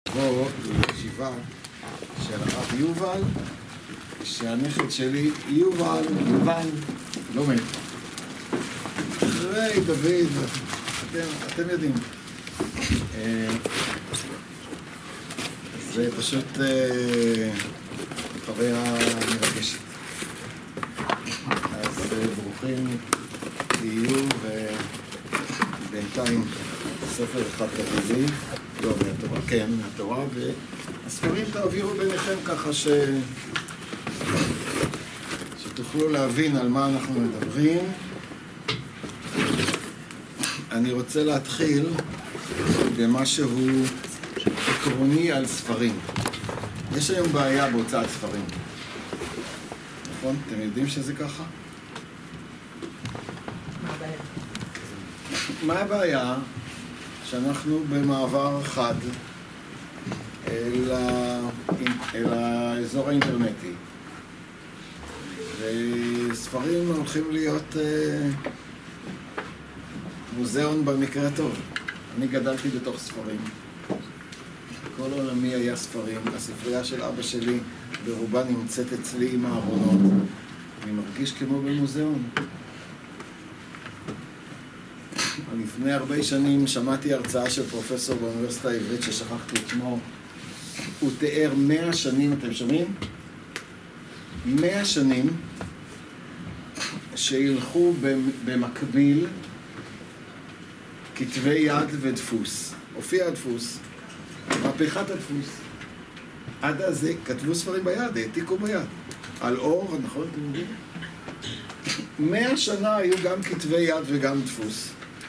לבוא לישיבה של הרב יובל, שהנכד שלי יובל לומד. היי דוד, אתם יודעים. זה פשוט חוויה מרגשת. אז ברוכים תהיו, ובינתיים ספר אחד תביא, לא מהתורה, כן, מהתורה, והספרים תעבירו ביניכם ככה שתוכלו להבין על מה אנחנו מדברים. אני רוצה להתחיל במשהו עקרוני על ספרים. יש היום בעיה בהוצאת ספרים. נכון? אתם יודעים שזה ככה? מה הבעיה? מה הבעיה? שאנחנו במעבר חד אל האזור האינטרנטי. וספרים הולכים להיות מוזיאון במקרה טוב. אני גדלתי בתוך ספרים. כל עולמי היה ספרים. הספרייה של אבא שלי ברובה נמצאת אצלי עם הארונות. אני מרגיש כמו במוזיאון. לפני הרבה שנים שמעתי הרצאה של פרופסור באוניברסיטה העברית ששכחתי את שמו. הוא תיאר 100 שנים, אתם שומעים? 100 שנים שילכו במקביל כתבי יד ודפוס. הופיע הדפוס, מהפכת הדפוס. עד אז כתבו ספרים ביד, העתיקו ביד. על אור, נכון? אתם יודעים? 100 שנה היו גם כתבי יד וגם דפוס.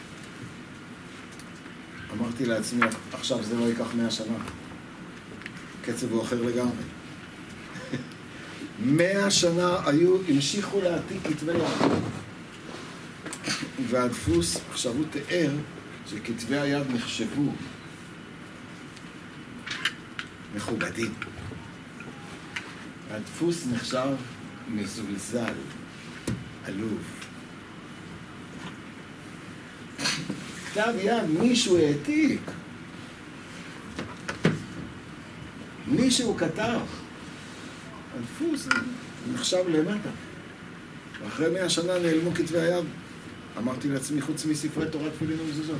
אמרתי לעצמי, עכשיו זה לא ייקח 100 שנה. קצב הוא אחר לגמרי. 100 שנה המשיכו להעתיק כתבי יד. והדפוס, עכשיו הוא תיאר שכתבי היד נחשבו מכובדים. הדפוס נחשב מזולזל, עלוב. כתב יד מישהו העתיק. מישהו כתב. הדפוס נחשב למטה. ואחרי 100 שנה נעלמו כתבי היד. אמרתי לעצמי, חוץ מספרי תורה תפילין ומזוזות.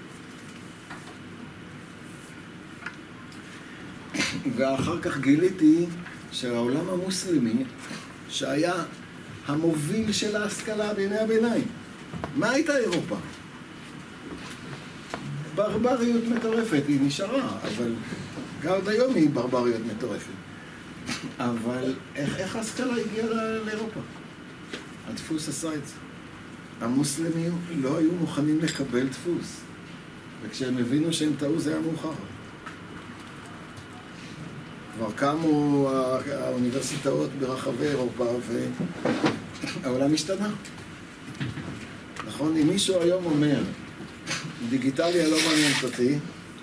ואחר כך גיליתי שהעולם המוסלמי, שהיה המוביל של ההשכלה בימי הביניים, מה הייתה אירופה? ברבריות מטורפת, היא נשארה, אבל גם עד היום היא ברבריות מטורפת. אבל איך ההשכלה הגיעה לאירופה? הדפוס עשה את זה. המוסלמים לא היו מוכנים לקבל דפוס, וכשהם הבינו שהם טעו זה היה מאוחר. כבר קמו האוניברסיטאות ברחבי אירופה והעולם השתנה. נכון? אם מישהו היום אומר דיגיטליה לא מעניינת אותי,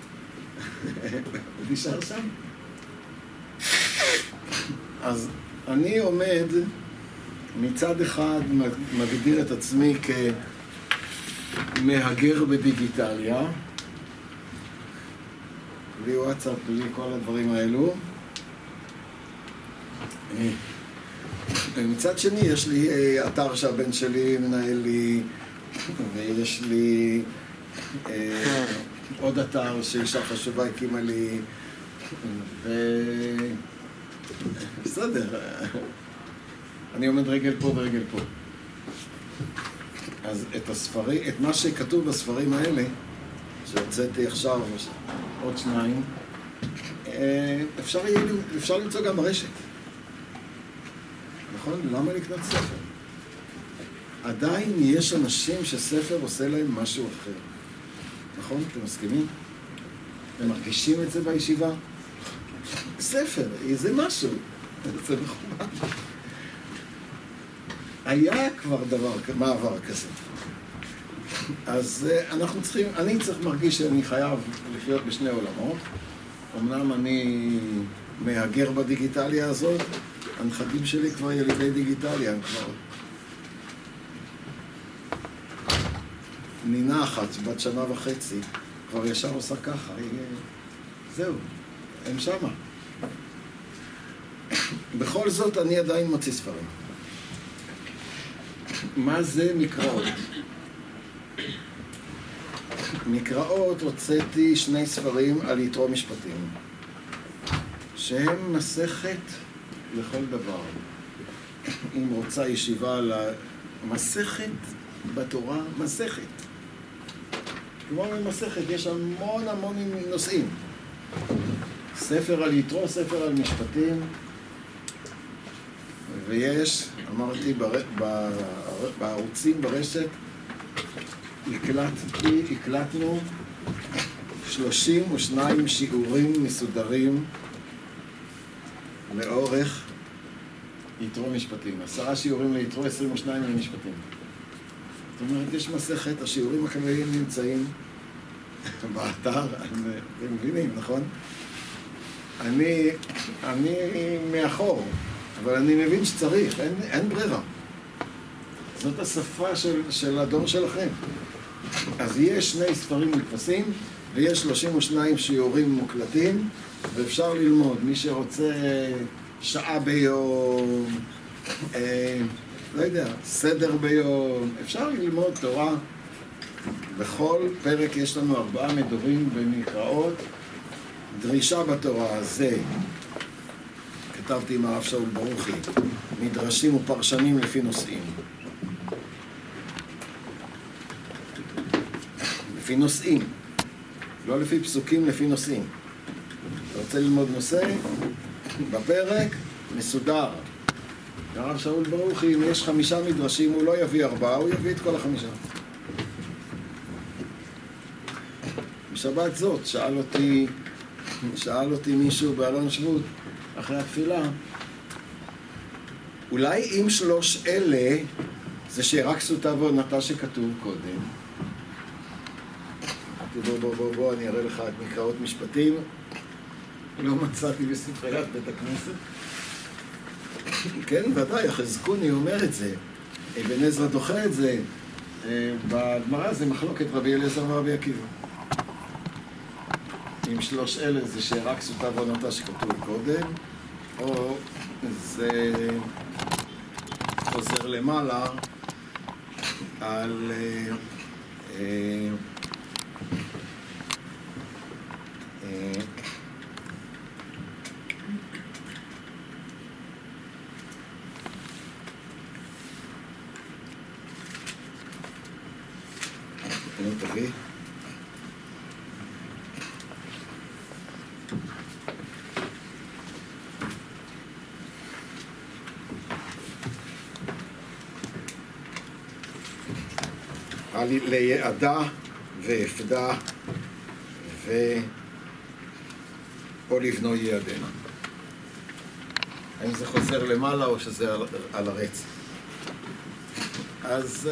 הוא נשאר שם. אז אני עומד מצד אחד מגדיר את עצמי כמהגר בדיגיטליה, בלי וואטסאפ, בלי כל הדברים האלו. ומצד שני יש לי אתר שהבן שלי מנהל לי, ויש לי עוד אתר שאישה חשובה הקימה לי, בסדר. אני עומד רגל פה ורגל פה. אז את מה שכתוב בספרים האלה, שהוצאתי עכשיו, עוד 2, אפשר למצוא גם ברשת. נכון? למה לקנות ספר? עדיין יש אנשים שספר עושה להם משהו אחר. נכון? אתם מסכימים? אתם מרגישים את זה בישיבה? ספר, זה משהו. זה מכובד. היה כבר מעבר כזה. אז אני צריך מרגיש שאני חייב לחיות בשני עולמות. אמנם אני מהגר בדיגיטליה הזאת, הנכדים שלי כבר ילידי דיגיטליה, הם כבר נינה אחת, בת 1.5 שנה, כבר ישר עושה ככה, זהו. הם שמה. בכל זאת אני עדיין מוציא ספרים. מה זה מקראות? מקראות הוצאתי 2 ספרים על יתרו משפטים, שהם מסכת לכל דבר. אם רוצה ישיבה על המסכת בתורה, מסכת. כמו במסכת, יש המון נושאים. ספר על יתרו, ספר על משפטים, ויש, אמרתי, בערוצים ברשת, הקלטנו 32 שיעורים מסודרים לאורך יתרו משפטים. 10 שיעורים ליתרו, 22 למשפטים. זאת אומרת, יש מסכת, השיעורים הכלליים נמצאים באתר, אתם מבינים, נכון? אני מאחור, אבל אני מבין שצריך, אין ברירה. זאת השפה של הדור שלכם. אז יש 2 ספרים מודפסים, ויש 32 שיעורים מוקלטים, ואפשר ללמוד. מי שרוצה שעה ביום, לא יודע, סדר ביום, אפשר ללמוד תורה. בכל פרק יש לנו 4 מדורים במקראות. דרישה בתורה זה, כתבתי עם הרב שאול ברוכי, מדרשים ופרשנים לפי נושאים. לפי נושאים, לא לפי פסוקים, לפי נושאים. אתה רוצה ללמוד נושא? בפרק מסודר. הרב שאול ברוכי, אם יש 5 מדרשים, הוא לא יביא 4, הוא יביא את כל 5. בשבת זאת, שאל אותי מישהו באלון שבות, אחרי התפילה, אולי אם 3 אלה, זה שרק סוטה ועונתה שכתוב קודם. בוא, אני אראה לך את מקראות משפטים. לא מצאתי בספריית בית הכנסת. כן, ודאי, החזקוני אומר את זה. אבן עזרא דוחה את זה. בגמרא זה מחלוקת רבי אליעזר ורבי עקיבא. אם 3 אלה זה שרק סוטה ועונתה שכתוב קודם, או זה חוזר למעלה על תביא ליעדה ואפדה או לבנו יעדנה. האם זה חוזר למעלה או שזה על הרצף? אז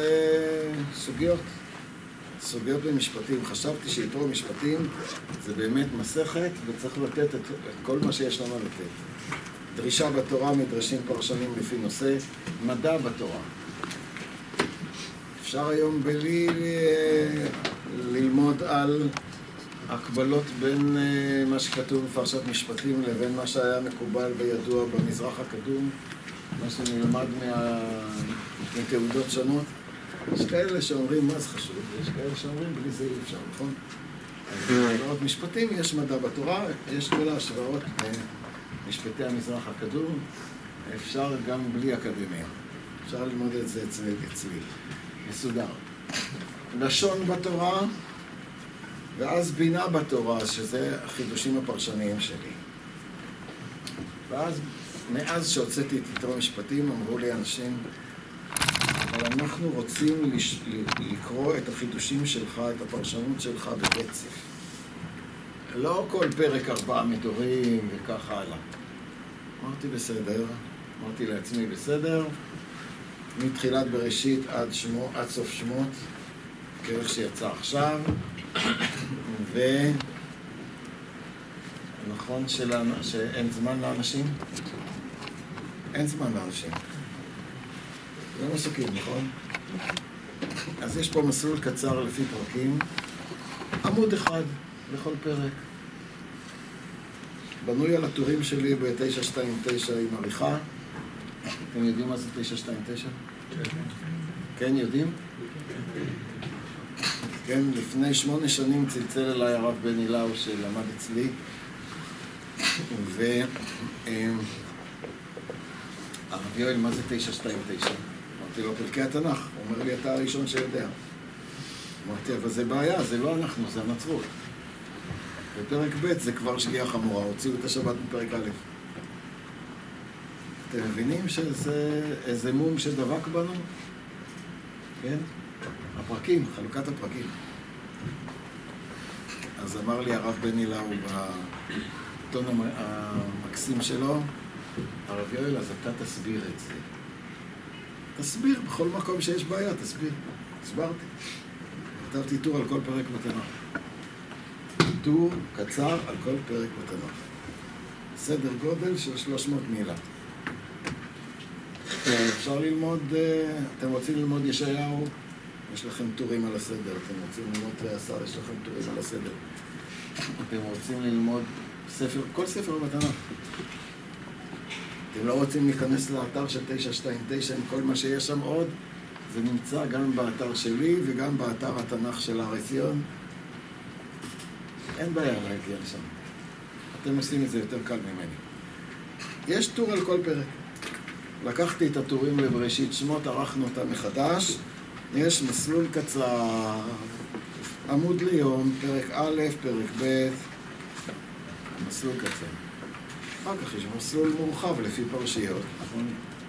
סוגיות במשפטים. חשבתי שיתרו משפטים זה באמת מסכת וצריך לתת את כל מה שיש לנו לתת. דרישה בתורה, מדרשים פרשנים לפי נושא, מדע בתורה. אפשר היום בלי ללמוד על הקבלות בין מה שכתוב בפרשת משפטים לבין מה שהיה מקובל וידוע במזרח הקדום, מה שנלמד מתעודות שונות. יש כאלה שאומרים מה זה חשוב, ויש כאלה שאומרים בלי זה אי אפשר, נכון? בעוד משפטים יש מדע בתורה, יש כל ההשוואות משפטי המזרח הקדום, אפשר גם בלי אקדמיה. אפשר ללמוד את זה אצלי. מסודר. לשון בתורה, ואז בינה בתורה, שזה החידושים הפרשניים שלי. ואז, מאז שהוצאתי את יתרו משפטים, אמרו לי אנשים, אבל אנחנו רוצים לקרוא את החידושים שלך, את הפרשנות שלך ברצף. לא כל פרק 4 מדורים וכך הלאה. אמרתי בסדר, אמרתי לעצמי בסדר, מתחילת בראשית עד סוף שמות, כרך שיצא עכשיו, ונכון שאין זמן לאנשים? אין זמן לאנשים. לא מסוקים, נכון? אז יש פה מסלול קצר לפי פרקים, עמוד אחד לכל פרק. בנוי על הטורים שלי ב-929 עם עריכה. אתם יודעים מה זה 929? כן, יודעים? כן, לפני 8 שנים צלצל אליי הרב בני לאו שלמד אצלי, הרב יואל, מה זה 929? אמרתי לו, פרקי התנ"ך. הוא אומר לי, אתה הראשון שיודע. אמרתי, אבל זה בעיה, זה לא אנחנו, זה הנצרות. בפרק ב' זה כבר שגיאה חמורה, הוציאו את השבת מפרק א'. אתם מבינים שזה איזה מום שדבק בנו? כן? הפרקים, חלוקת הפרקים. אז אמר לי הרב בני לאו בטון המקסים שלו, הרב יואל, אז אתה תסביר את זה. תסביר, בכל מקום שיש בעיה, תסביר. הסברתי. כתבתי טור על כל פרק בתנ"ך. טור קצר על כל פרק בתנ"ך. סדר גודל של 300 מילה. אפשר ללמוד, אתם רוצים ללמוד ישעיהו? יש לכם טורים על הסדר. אתם רוצים ללמוד תרי-עשר, יש לכם טורים על הסדר. אתם רוצים ללמוד ספר, כל ספר בתנ"ך. אתם לא רוצים להיכנס לאתר של 929 עם כל מה שיש שם עוד? זה נמצא גם באתר שלי וגם באתר התנ"ך של הר עציון. אין בעיה להגיע לשם. אתם עושים את זה יותר קל ממני. יש טור על כל פרק. לקחתי את הטורים לבראשית שמות, ערכנו אותם מחדש. יש מסלול קצר, עמוד ליום, פרק א', פרק ב', מסלול קצר. אחר כך יש מסלול מורחב לפי פרשיות, נכון?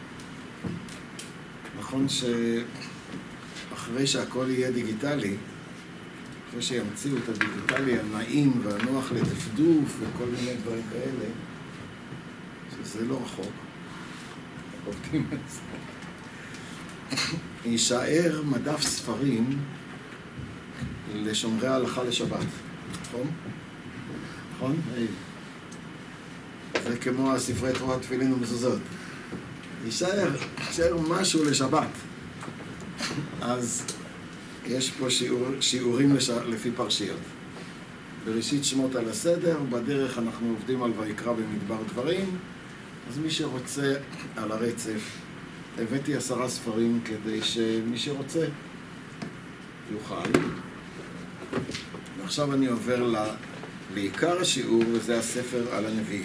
נכון שאחרי שהכל יהיה דיגיטלי, אחרי שימציאו את הדיגיטלי הנעים והנוח לדפדוף וכל מיני דברים כאלה, שזה לא רחוק, עובדים על זה. יישאר מדף ספרים לשומרי ההלכה לשבת, נכון? נכון? זה כמו הספרי תורה, תפילין ומזוזות. יישאר משהו לשבת. אז יש פה שיעורים לפי פרשיות. בראשית שמות על הסדר, בדרך אנחנו עובדים על ויקרא במדבר דברים, אז מי שרוצה על הרצף, הבאתי 10 ספרים כדי שמי שרוצה יוכל. ועכשיו אני עובר לעיקר השיעור, וזה הספר על הנביאים.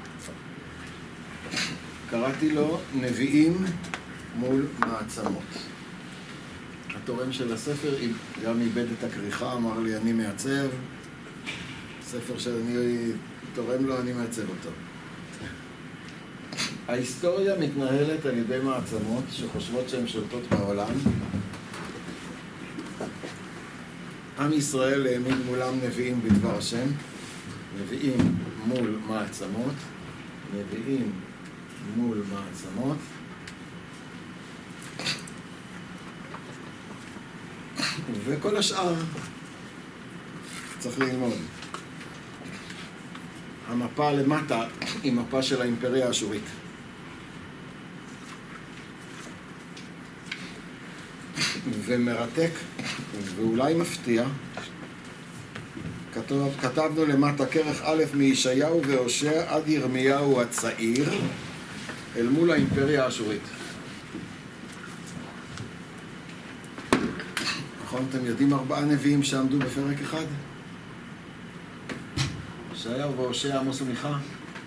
קראתי לו נביאים מול מעצמות. התורם של הספר גם איבד את הכריכה, אמר לי אני מעצב. ספר שאני תורם לו, אני מעצב אותו. ההיסטוריה מתנהלת על ידי מעצמות שחושבות שהן שולטות בעולם. עם ישראל העמיד מולם נביאים בדבר השם, נביאים מול מעצמות, נביאים מול מעצמות. וכל השאר צריך ללמוד. המפה למטה היא מפה של האימפריה האשורית. ומרתק, ואולי מפתיע, כתבנו למטה כרך א' מישעיהו והושע עד ירמיהו הצעיר אל מול האימפריה האשורית. נכון, אתם יודעים 4 נביאים שעמדו בפרק אחד? ישעיהו והושע, עמוס ומיכה.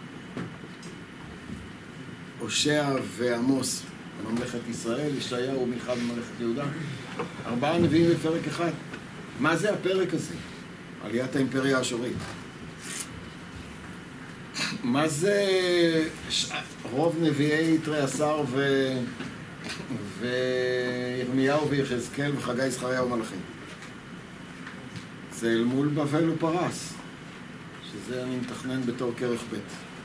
הושע ועמוס בממלכת ישראל, ישעיהו ומיכה בממלכת יהודה. 4 נביאים בפרק אחד. מה זה הפרק הזה? עליית האימפריה האשורית. מה זה רוב נביאי תרי-עשר וירמיהו ויחזקאל וחגי, זכריה ומלאכי? זה אל מול בבל ופרס, שזה אני מתכנן בתור כרך ב'.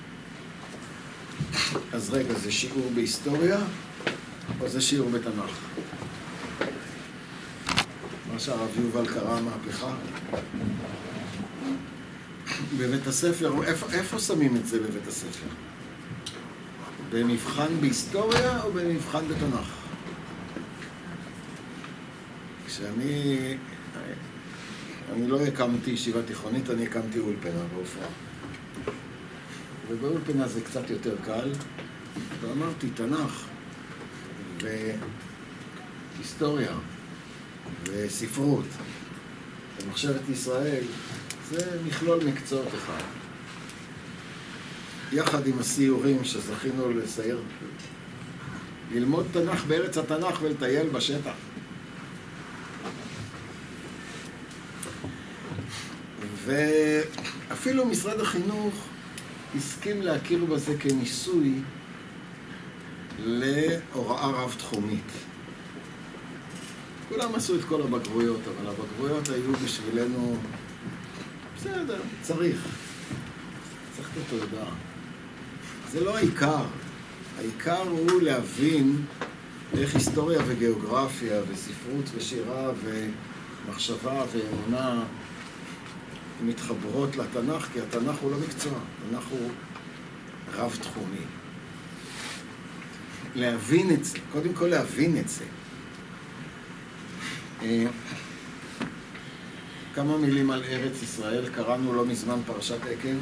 אז רגע, זה שיעור בהיסטוריה או זה שיעור בתנ"ך? מה שהרב יובל קרא מהפכה. בבית הספר, איפה שמים את זה בבית הספר? במבחן בהיסטוריה או במבחן בתנ"ך? אני לא הקמתי ישיבה תיכונית, אני הקמתי אולפנה בעופרה. ובאולפנה זה קצת יותר קל, ואמרתי, תנ"ך והיסטוריה וספרות ומחשבת ישראל, זה מכלול מקצועות אחד. יחד עם הסיורים שזכינו לסייר, ללמוד תנ"ך בארץ התנ"ך ולטייל בשטח. ואפילו משרד החינוך הסכים להכיר בזה כניסוי להוראה רב-תחומית. כולם עשו את כל הבגרויות, אבל הבגרויות היו בשבילנו, בסדר, צריך את התודעה. זה לא העיקר. העיקר הוא להבין איך היסטוריה וגיאוגרפיה וספרות ושירה ומחשבה ואמונה מתחברות לתנ"ך, כי התנ"ך הוא לא מקצוע, התנ"ך הוא רב-תחומי. להבין את זה, קודם כל להבין את זה. כמה מילים על ארץ ישראל, קראנו לא מזמן פרשת עקב.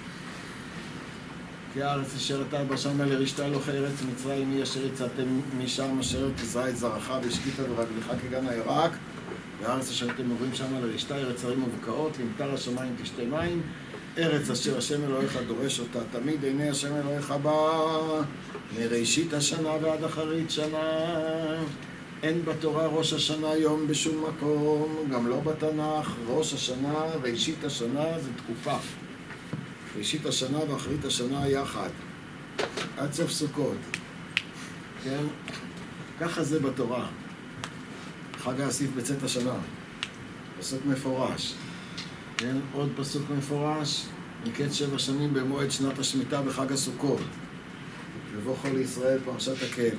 כי הארץ אשר אתה בא שמה לרשתה לו כארץ מצרים, היא אשר יצאתם משם אשר תזרע את זרעך והשקית ברגלך כגן הירק, והארץ אשר אתם עוברים שמה לרשתה ארץ הרים ובקעות, למטר השמיים תשתה מים, ארץ אשר השם אלוהיך דורש אותה תמיד, עיני השם אלוהיך בה מראשית השנה ועד אחרית שנה. אין בתורה ראש השנה יום בשום מקום, גם לא בתנ"ך. ראש השנה ראשית השנה זה תקופה, ראשית השנה ואחרית השנה יחד, עד סוף סוכות. כן? ככה זה בתורה. חג האסיף בצאת השנה, פסוק מפורש. כן? עוד פסוק מפורש, מקץ 7 שנים במועד שנת השמיטה בחג הסוכות. ובוכו לישראל פרשת הקהל.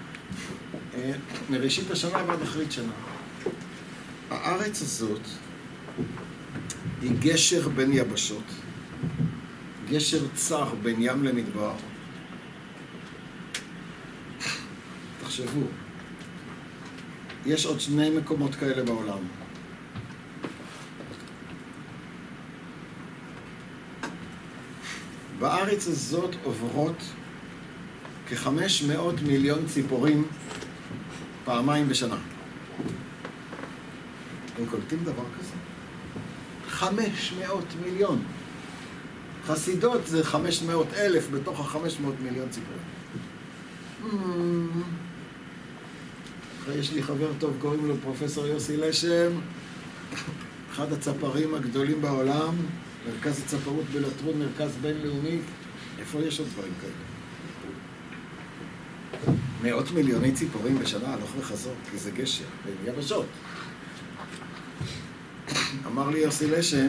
מראשית השנה ועד אחרית שנה. הארץ הזאת היא גשר בין יבשות, גשר צר בין ים למדבר. תחשבו, יש עוד 2 מקומות כאלה בעולם. בארץ הזאת עוברות כ-500 מיליון ציפורים פעמיים בשנה. הם קולטים דבר כזה? 500 מיליון. חסידות זה 500,000 בתוך ה-500 מיליון ציפורים. יש לי חבר טוב, קוראים לו פרופסור יוסי לשם, אחד הצפרים הגדולים בעולם, מרכז הצפרות בלטרון, מרכז בינלאומי. איפה יש עוד דברים כאלה? 100 מיליוני ציפורים בשנה, הלוך וחזור, כי זה גשר, בין יבשות. אמר לי יוסי לשם,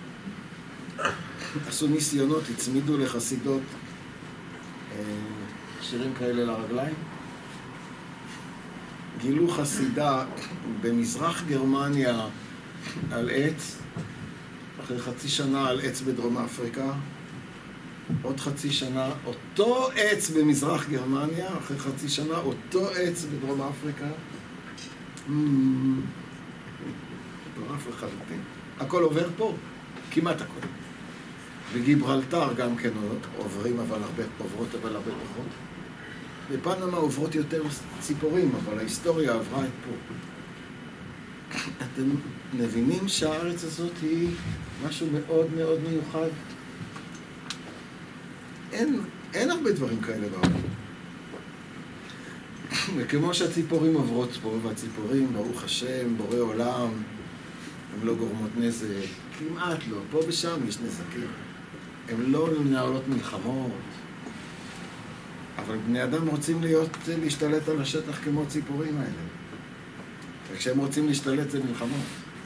עשו ניסיונות, הצמידו לחסידות שירים כאלה לרגליים. גילו חסידה במזרח גרמניה על עץ, אחרי חצי שנה על עץ בדרום אפריקה, עוד חצי שנה אותו עץ במזרח גרמניה, אחרי חצי שנה אותו עץ בדרום אפריקה. מטורף לחלוטין. הכל עובר פה, כמעט הכל. בגיברלטר גם כן עוברות אבל הרבה פחות. בפנמה עוברות יותר ציפורים, אבל ההיסטוריה עברה את פה. אתם מבינים שהארץ הזאת היא משהו מאוד מאוד מיוחד? אין הרבה דברים כאלה בעולם. וכמו שהציפורים עוברות פה, והציפורים, ברוך השם, בורא עולם, הן לא גורמות נזק, כמעט לא. פה ושם יש נזקים. הן לא מנהלות מלחמות. אבל בני אדם רוצים להשתלט על השטח כמו הציפורים האלה. וכשהם רוצים להשתלט זה מלחמות.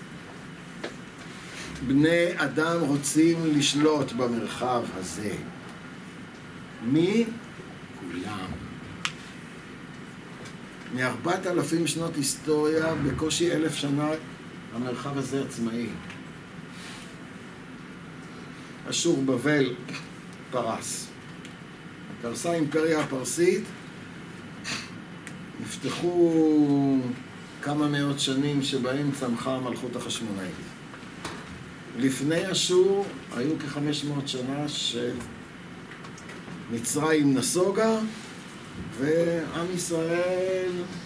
בני אדם רוצים לשלוט במרחב הזה. מי? כולם. מ-4,000 שנות היסטוריה, בקושי 1,000 שנה, המרחב הזה עצמאי. אשור בבל פרס. קרסה האימפריה הפרסית, נפתחו כמה מאות שנים שבהם צמחה המלכות החשמונאית. לפני אשור היו כ-500 שנה של מצרים נסוגה, ועם ישראל,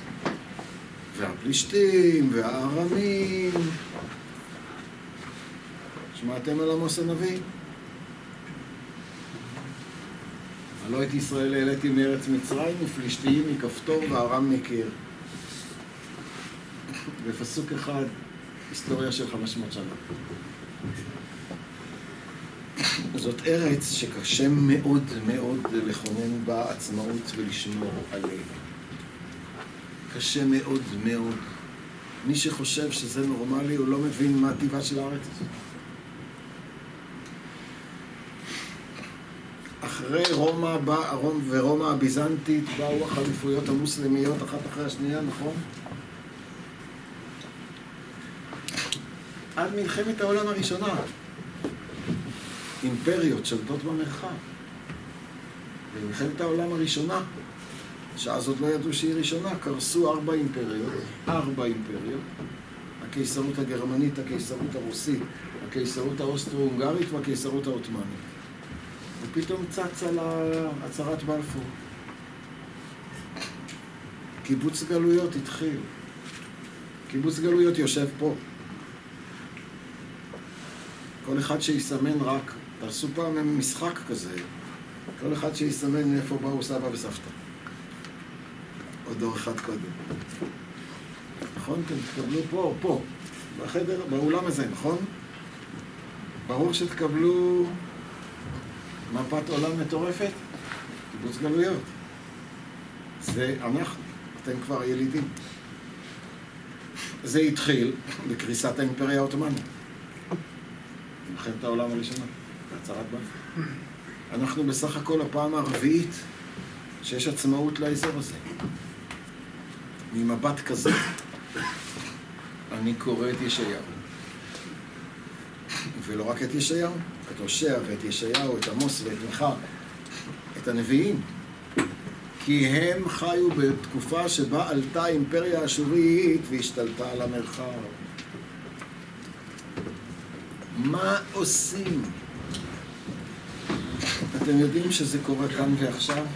והפלישתים, והארמים. שמעתם על עמוס הנביא? הלא את ישראל העליתי מארץ מצרים, ופלישתים מכפתור וארם מקיר. בפסוק אחד, היסטוריה של 500 שנה. זאת ארץ שקשה מאוד מאוד לכונן בה עצמאות ולשמור עליה. קשה מאוד מאוד. מי שחושב שזה נורמלי, הוא לא מבין מה הטבעה של הארץ הזאת. אחרי רומא הביזנטית באו החליפויות המוסלמיות אחת אחרי השנייה, נכון? עד מלחמת העולם הראשונה. אימפריות שולטות במרחב. במלחמת העולם הראשונה, שאז עוד לא ידעו שהיא ראשונה, קרסו 4 אימפריות. הקיסרות הגרמנית, הקיסרות הרוסית, הקיסרות האוסטרו-הונגרית והקיסרות העות'מאנית. ופתאום צץ על הצהרת בלפור. קיבוץ גלויות התחיל. קיבוץ גלויות יושב פה. כל אחד שיסמן רק, תעשו פעם משחק כזה, כל אחד שיסמן מאיפה באו סבא וסבתא. עוד דור אחד קודם. נכון? אתם תקבלו פה, בחדר, באולם הזה, נכון? ברור שתקבלו מפת עולם מטורפת, קיבוץ גלויות. זה אנחנו, אתם כבר ילידים. זה התחיל בקריסת האימפריה העות'מאנית. מלחמת העולם הראשונה, בהצהרת בלפור. אנחנו בסך הכל הפעם הרביעית שיש עצמאות לאזור הזה. ממבט כזה, אני קורא את ישעיהו. ולא רק את ישעיהו, את הושע ואת ישעיהו, את עמוס ואת מיכה, את הנביאים. כי הם חיו בתקופה שבה עלתה האימפריה האשורית והשתלטה על המרחב. מה עושים? אתם יודעים שזה קורה כאן ועכשיו?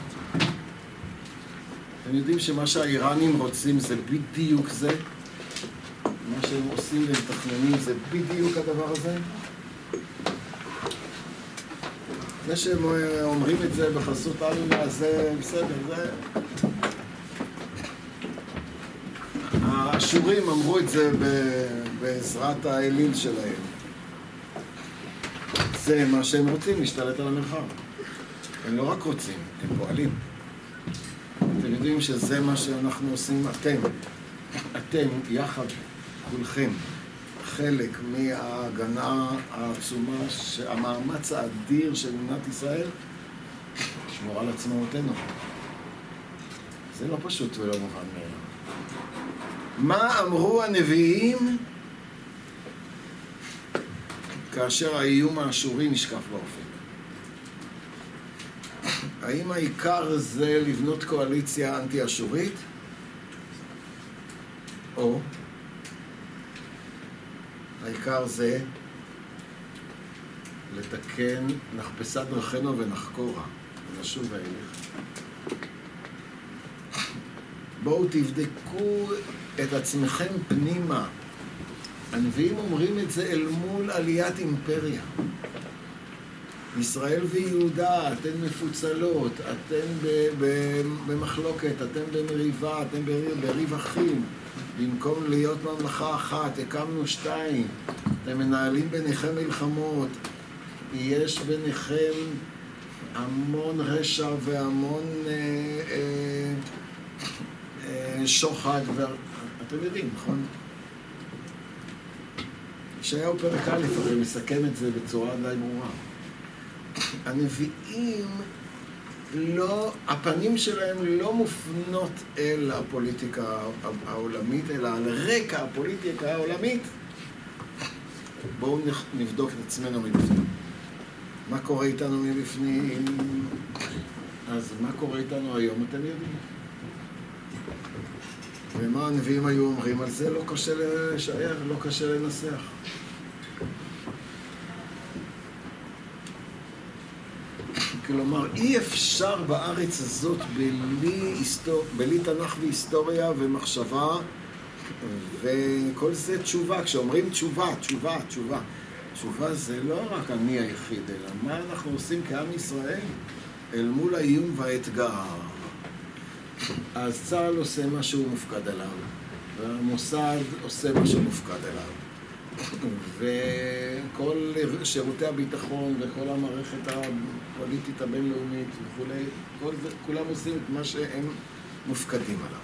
אתם יודעים שמה שהאיראנים רוצים זה בדיוק זה? מה שהם עושים ומתכננים זה בדיוק הדבר הזה? זה שהם אומרים את זה בחסות אללה, זה בסדר, זה... האשורים אמרו את זה בעזרת האליל שלהם. זה מה שהם רוצים, להשתלט על המרחב. הם לא רק רוצים, הם פועלים. אתם יודעים שזה מה שאנחנו עושים, אתם יחד, כולכם, חלק מההגנה העצומה, המאמץ האדיר של מדינת ישראל, לשמור על עצמאותנו. זה לא פשוט ולא מובן מאליו. מה אמרו הנביאים כאשר האיום האשורי נשקף באופן? האם העיקר זה לבנות קואליציה אנטי-אשורית? או העיקר זה לתקן נחפשה דרכנו ונחקורה ונשוב ואילך. בואו תבדקו את עצמכם פנימה. הנביאים אומרים את זה אל מול עליית אימפריה. ישראל ויהודה, אתן מפוצלות, אתן במחלוקת, אתן במריבה, אתן בריב אחים. במקום להיות ממלכה אחת, הקמנו 2. אתם מנהלים ביניכם מלחמות. יש ביניכם המון רשע והמון שוחד. אתם יודעים, נכון? ישעיהו פרק א' הרי מסכם את זה בצורה די ברורה. הנביאים הפנים שלהם לא מופנות אל הפוליטיקה העולמית, אלא על רקע הפוליטיקה העולמית. בואו נבדוק את עצמנו מבפנים. מה קורה איתנו מבפנים? אז מה קורה איתנו היום, אתם יודעים? ומה הנביאים היו אומרים על זה? לא קשה לשער, לא קשה לנסח. כלומר, אי אפשר בארץ הזאת בלי תנ"ך והיסטוריה ומחשבה, וכל זה תשובה. כשאומרים תשובה, תשובה זה לא רק אני היחיד, אלא מה אנחנו עושים כעם ישראל אל מול האיום והאתגר. אז צה"ל עושה מה שהוא מופקד עליו, והמוסד עושה מה שהוא מופקד עליו, וכל שירותי הביטחון וכל המערכת הפוליטית הבינלאומית וכולי, כולם עושים את מה שהם מופקדים עליו.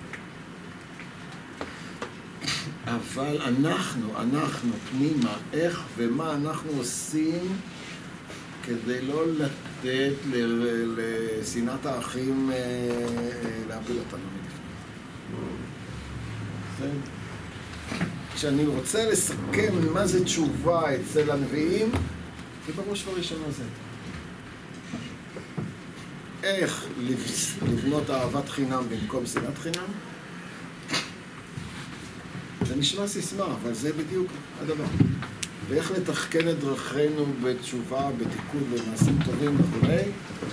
אבל אנחנו פנימה, איך ומה אנחנו עושים כדי לא לתת לשנאת האחים להפיל אותנו מלפני. כשאני רוצה לסכם מה זה תשובה אצל הנביאים, זה בראש ובראשונה זה. איך לבנות אהבת חינם במקום שנאת חינם? זה נשמע סיסמה, אבל זה בדיוק הדבר. ואיך לתחכן את דרכינו בתשובה, בתיקון, במעשים טובים וכולי,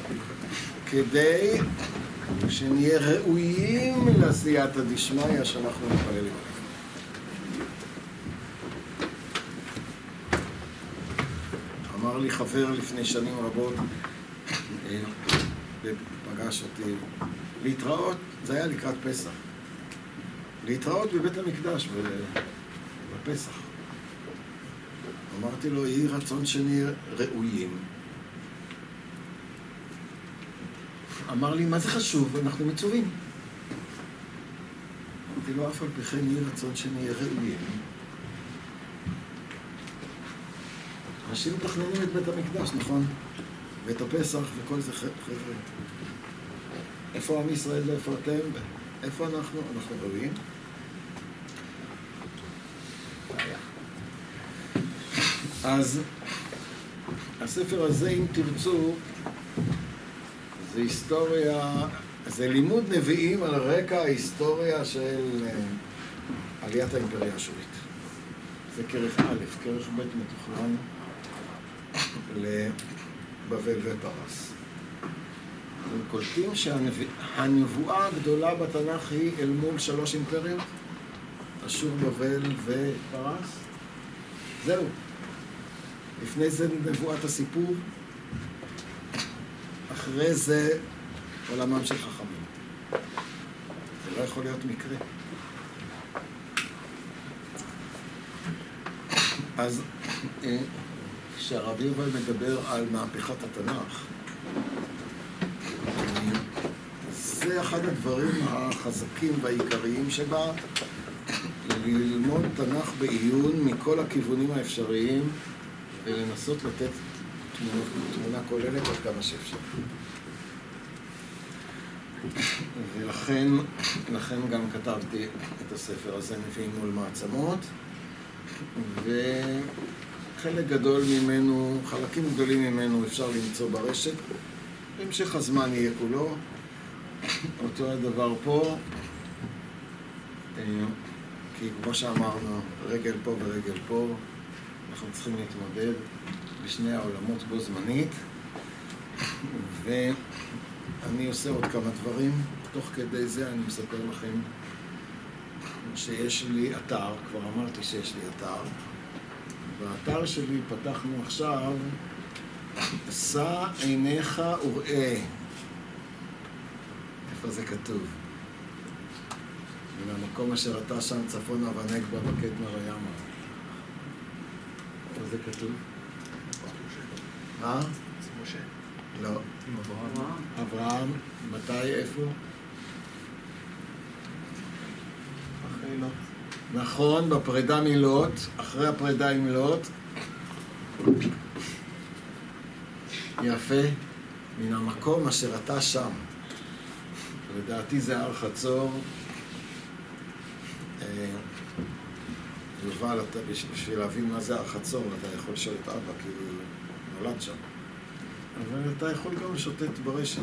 כדי שנהיה ראויים לעשייתא דשמיא שאנחנו מתפללים. אמר לי חבר לפני שנים רבות, פגש אותי, להתראות, זה היה לקראת פסח. להתראות בבית המקדש בפסח. אמרתי לו, יהי רצון שנהיה ראויים. אמר לי, מה זה חשוב? אנחנו מצווים. אמרתי לו, אף על פי כן יהי רצון שנהיה ראויים. אנשים מתכננים את בית המקדש, נכון? ואת הפסח וכל זה, חבר'ה. איפה עם ישראל ואיפה אתם? איפה אנחנו? אנחנו ראויים? אז הספר הזה, אם תרצו, זה היסטוריה, זה לימוד נביאים על רקע ההיסטוריה של עליית האימפריה האשורית. זה כרך א', כרך ב' מתוכנן לבבל ופרס. אתם קולטים שהנבואה הגדולה בתנ"ך היא אל מול 3 אימפריות? אשור, בבל ופרס? זהו. לפני זה נבואת הסיפור, אחרי זה עולמם של חכמים. זה לא יכול להיות מקרה. אז כשהרב יובל מדבר על מהפכת התנ"ך, זה אחד הדברים החזקים והעיקריים שבה, ללמוד תנ"ך בעיון מכל הכיוונים האפשריים, ולנסות לתת תמונה כוללת עד כמה שאפשר. ולכן גם כתבתי את הספר הזה, נביאים מול מעצמות, וחלק גדול ממנו, חלקים גדולים ממנו אפשר למצוא ברשת. בהמשך הזמן יהיה כולו. אותו הדבר פה, כי כמו שאמרנו, רגל פה ורגל פה, אנחנו צריכים להתמודד בשני העולמות בו זמנית, ואני עושה עוד כמה דברים. תוך כדי זה אני מספר לכם שיש לי אתר, כבר אמרתי שיש לי אתר. באתר שלי פתחנו עכשיו, שא עיניך וראה. איפה זה כתוב? מן המקום אשר אתה שם צפונה ונגבה בקדמה וימה. איפה זה כתוב? מה? זה משה. לא. עם אברהם. אברהם, מתי, איפה? אחרי לוט. נכון, בפרידה מלוט, אחרי הפרידה עם לוט. יפה. מן המקום אשר אתה שם. לדעתי זה הר חצור. יובל, בשביל להבין מה זה הר חצור, אתה יכול לשאול את אבא, כי הוא נולד שם. אבל אתה יכול גם לשוטט ברשת.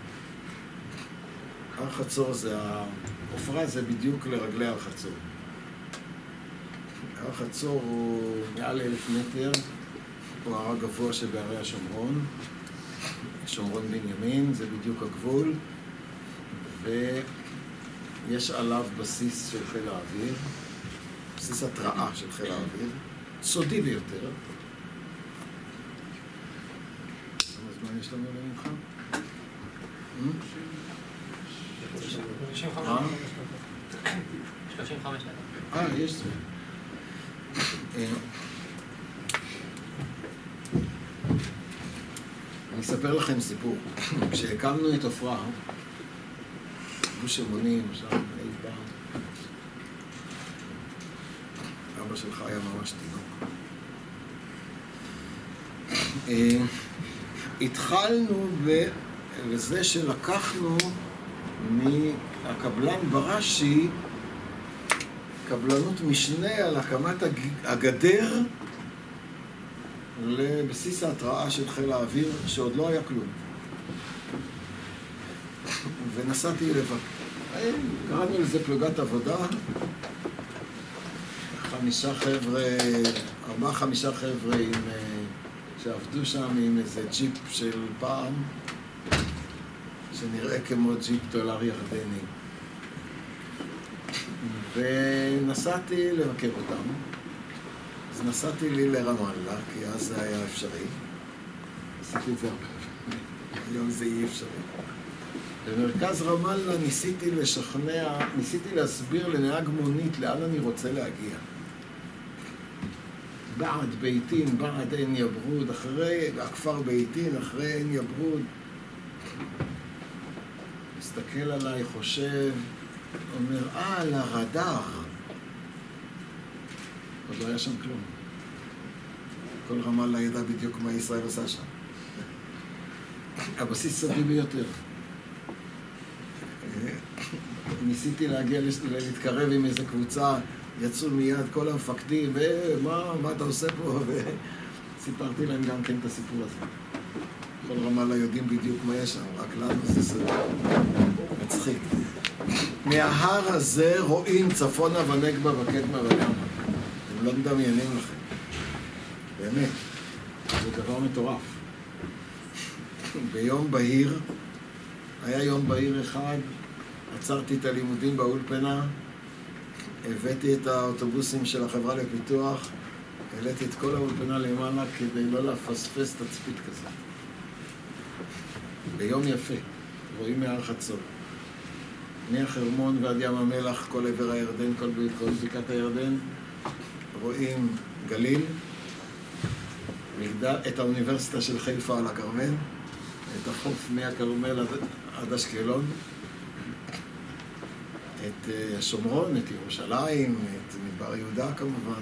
הר חצור זה, עופרה זה בדיוק לרגלי הר חצור. הר חצור הוא מעל 1,000 מטר, הוא ההר הגבוה שבערי השומרון. שומרון בנימין, זה בדיוק הגבול, ויש עליו בסיס של חיל האוויר, בסיס התראה של חיל האוויר, סודי ביותר. כמה זמן יש לנו למנחה? 35 דקות. יש זה. אני אספר לכם סיפור. כשהקמנו את עופרה, גוש אמונים, שם אי פעם, אבא שלך היה ממש תינוק. התחלנו בזה שלקחנו מהקבלן בראשי קבלנות משנה על הקמת הגדר לבסיס ההתראה של חיל האוויר, שעוד לא היה כלום. ונסעתי לבד. קראנו לזה פלוגת עבודה. 4-5 חבר'ה שעבדו שם עם איזה ג'יפ של פעם, שנראה כמו ג'יפ דולר ירדני. ונסעתי לבקר אותם. אז נסעתי לי לרמאללה, כי אז זה היה אפשרי. עשיתי את זה הרבה. היום זה אי אפשרי. במרכז רמאללה ניסיתי להסביר לנהג מונית לאן אני רוצה להגיע. בעד ביתין, בעד עין יברוד, אחרי הכפר ביתין, אחרי עין יברוד. מסתכל עליי, חושב, אומר, לרדאר. עוד לא היה שם כלום. כל רמאללה ידע בדיוק מה ישראל עושה שם. הבסיס סודי ביותר. ניסיתי להגיע, להתקרב עם איזו קבוצה, יצאו מיד כל המפקדים, מה אתה עושה פה? וסיפרתי להם גם כן את הסיפור הזה. כל רמאללה יודעים בדיוק מה יש שם, רק לנו זה סודי. מצחיק. מההר הזה רואים צפונה ונגבה וקדמה וימה. אתם לא מדמיינים לכם. באמת. זה דבר מטורף. ביום בהיר, היה יום בהיר אחד, עצרתי את הלימודים באולפנה, הבאתי את האוטובוסים של החברה לפיתוח, העליתי את כל האולפנה למעלה כדי לא לפספס תצפית כזה. ביום יפה, רואים מהר חצור. מהחרמון ועד ים המלח, כל עבר הירדן, כל בקעת הירדן, רואים גליל, את האוניברסיטה של חיפה על הכרמל, את החוף מהכרמל עד אשקלון, את השומרון, את ירושלים, את מדבר יהודה כמובן.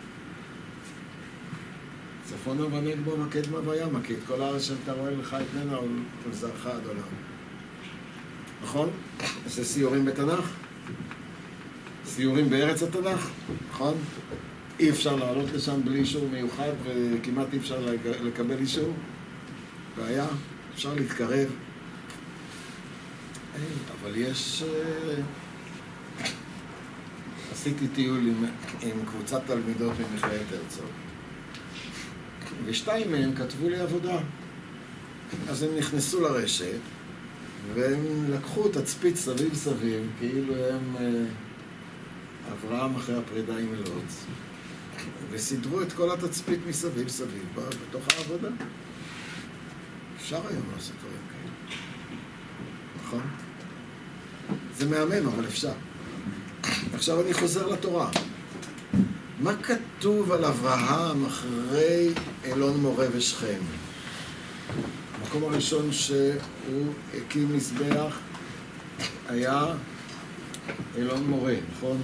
צפונה ונגבה וקדמה וימה, כי את כל הארץ שאתה רואה לך את ממנה ולזרעך עד עולם. נכון? זה סיורים בתנ"ך? סיורים בארץ התנ"ך? נכון? אי אפשר לעלות לשם בלי אישור מיוחד וכמעט אי אפשר לקבל אישור. בעיה, אפשר להתקרב. אבל יש... עשיתי טיול עם קבוצת תלמידות ממכללת הרצוג. ושתיים מהם כתבו לי עבודה. אז הם נכנסו לרשת, והם לקחו תצפית סביב סביב, כאילו הם אברהם אחרי הפרידה עם לוט, וסידרו את כל התצפית מסביב סביב בתוך העבודה. אפשר היום לעשות דברים כאלה. נכון? זה מהמם, אבל אפשר. עכשיו אני חוזר לתורה. מה כתוב על אברהם אחרי אלון מורה ושכם? המקום הראשון שהוא הקים מזבח היה אלון מורה, נכון?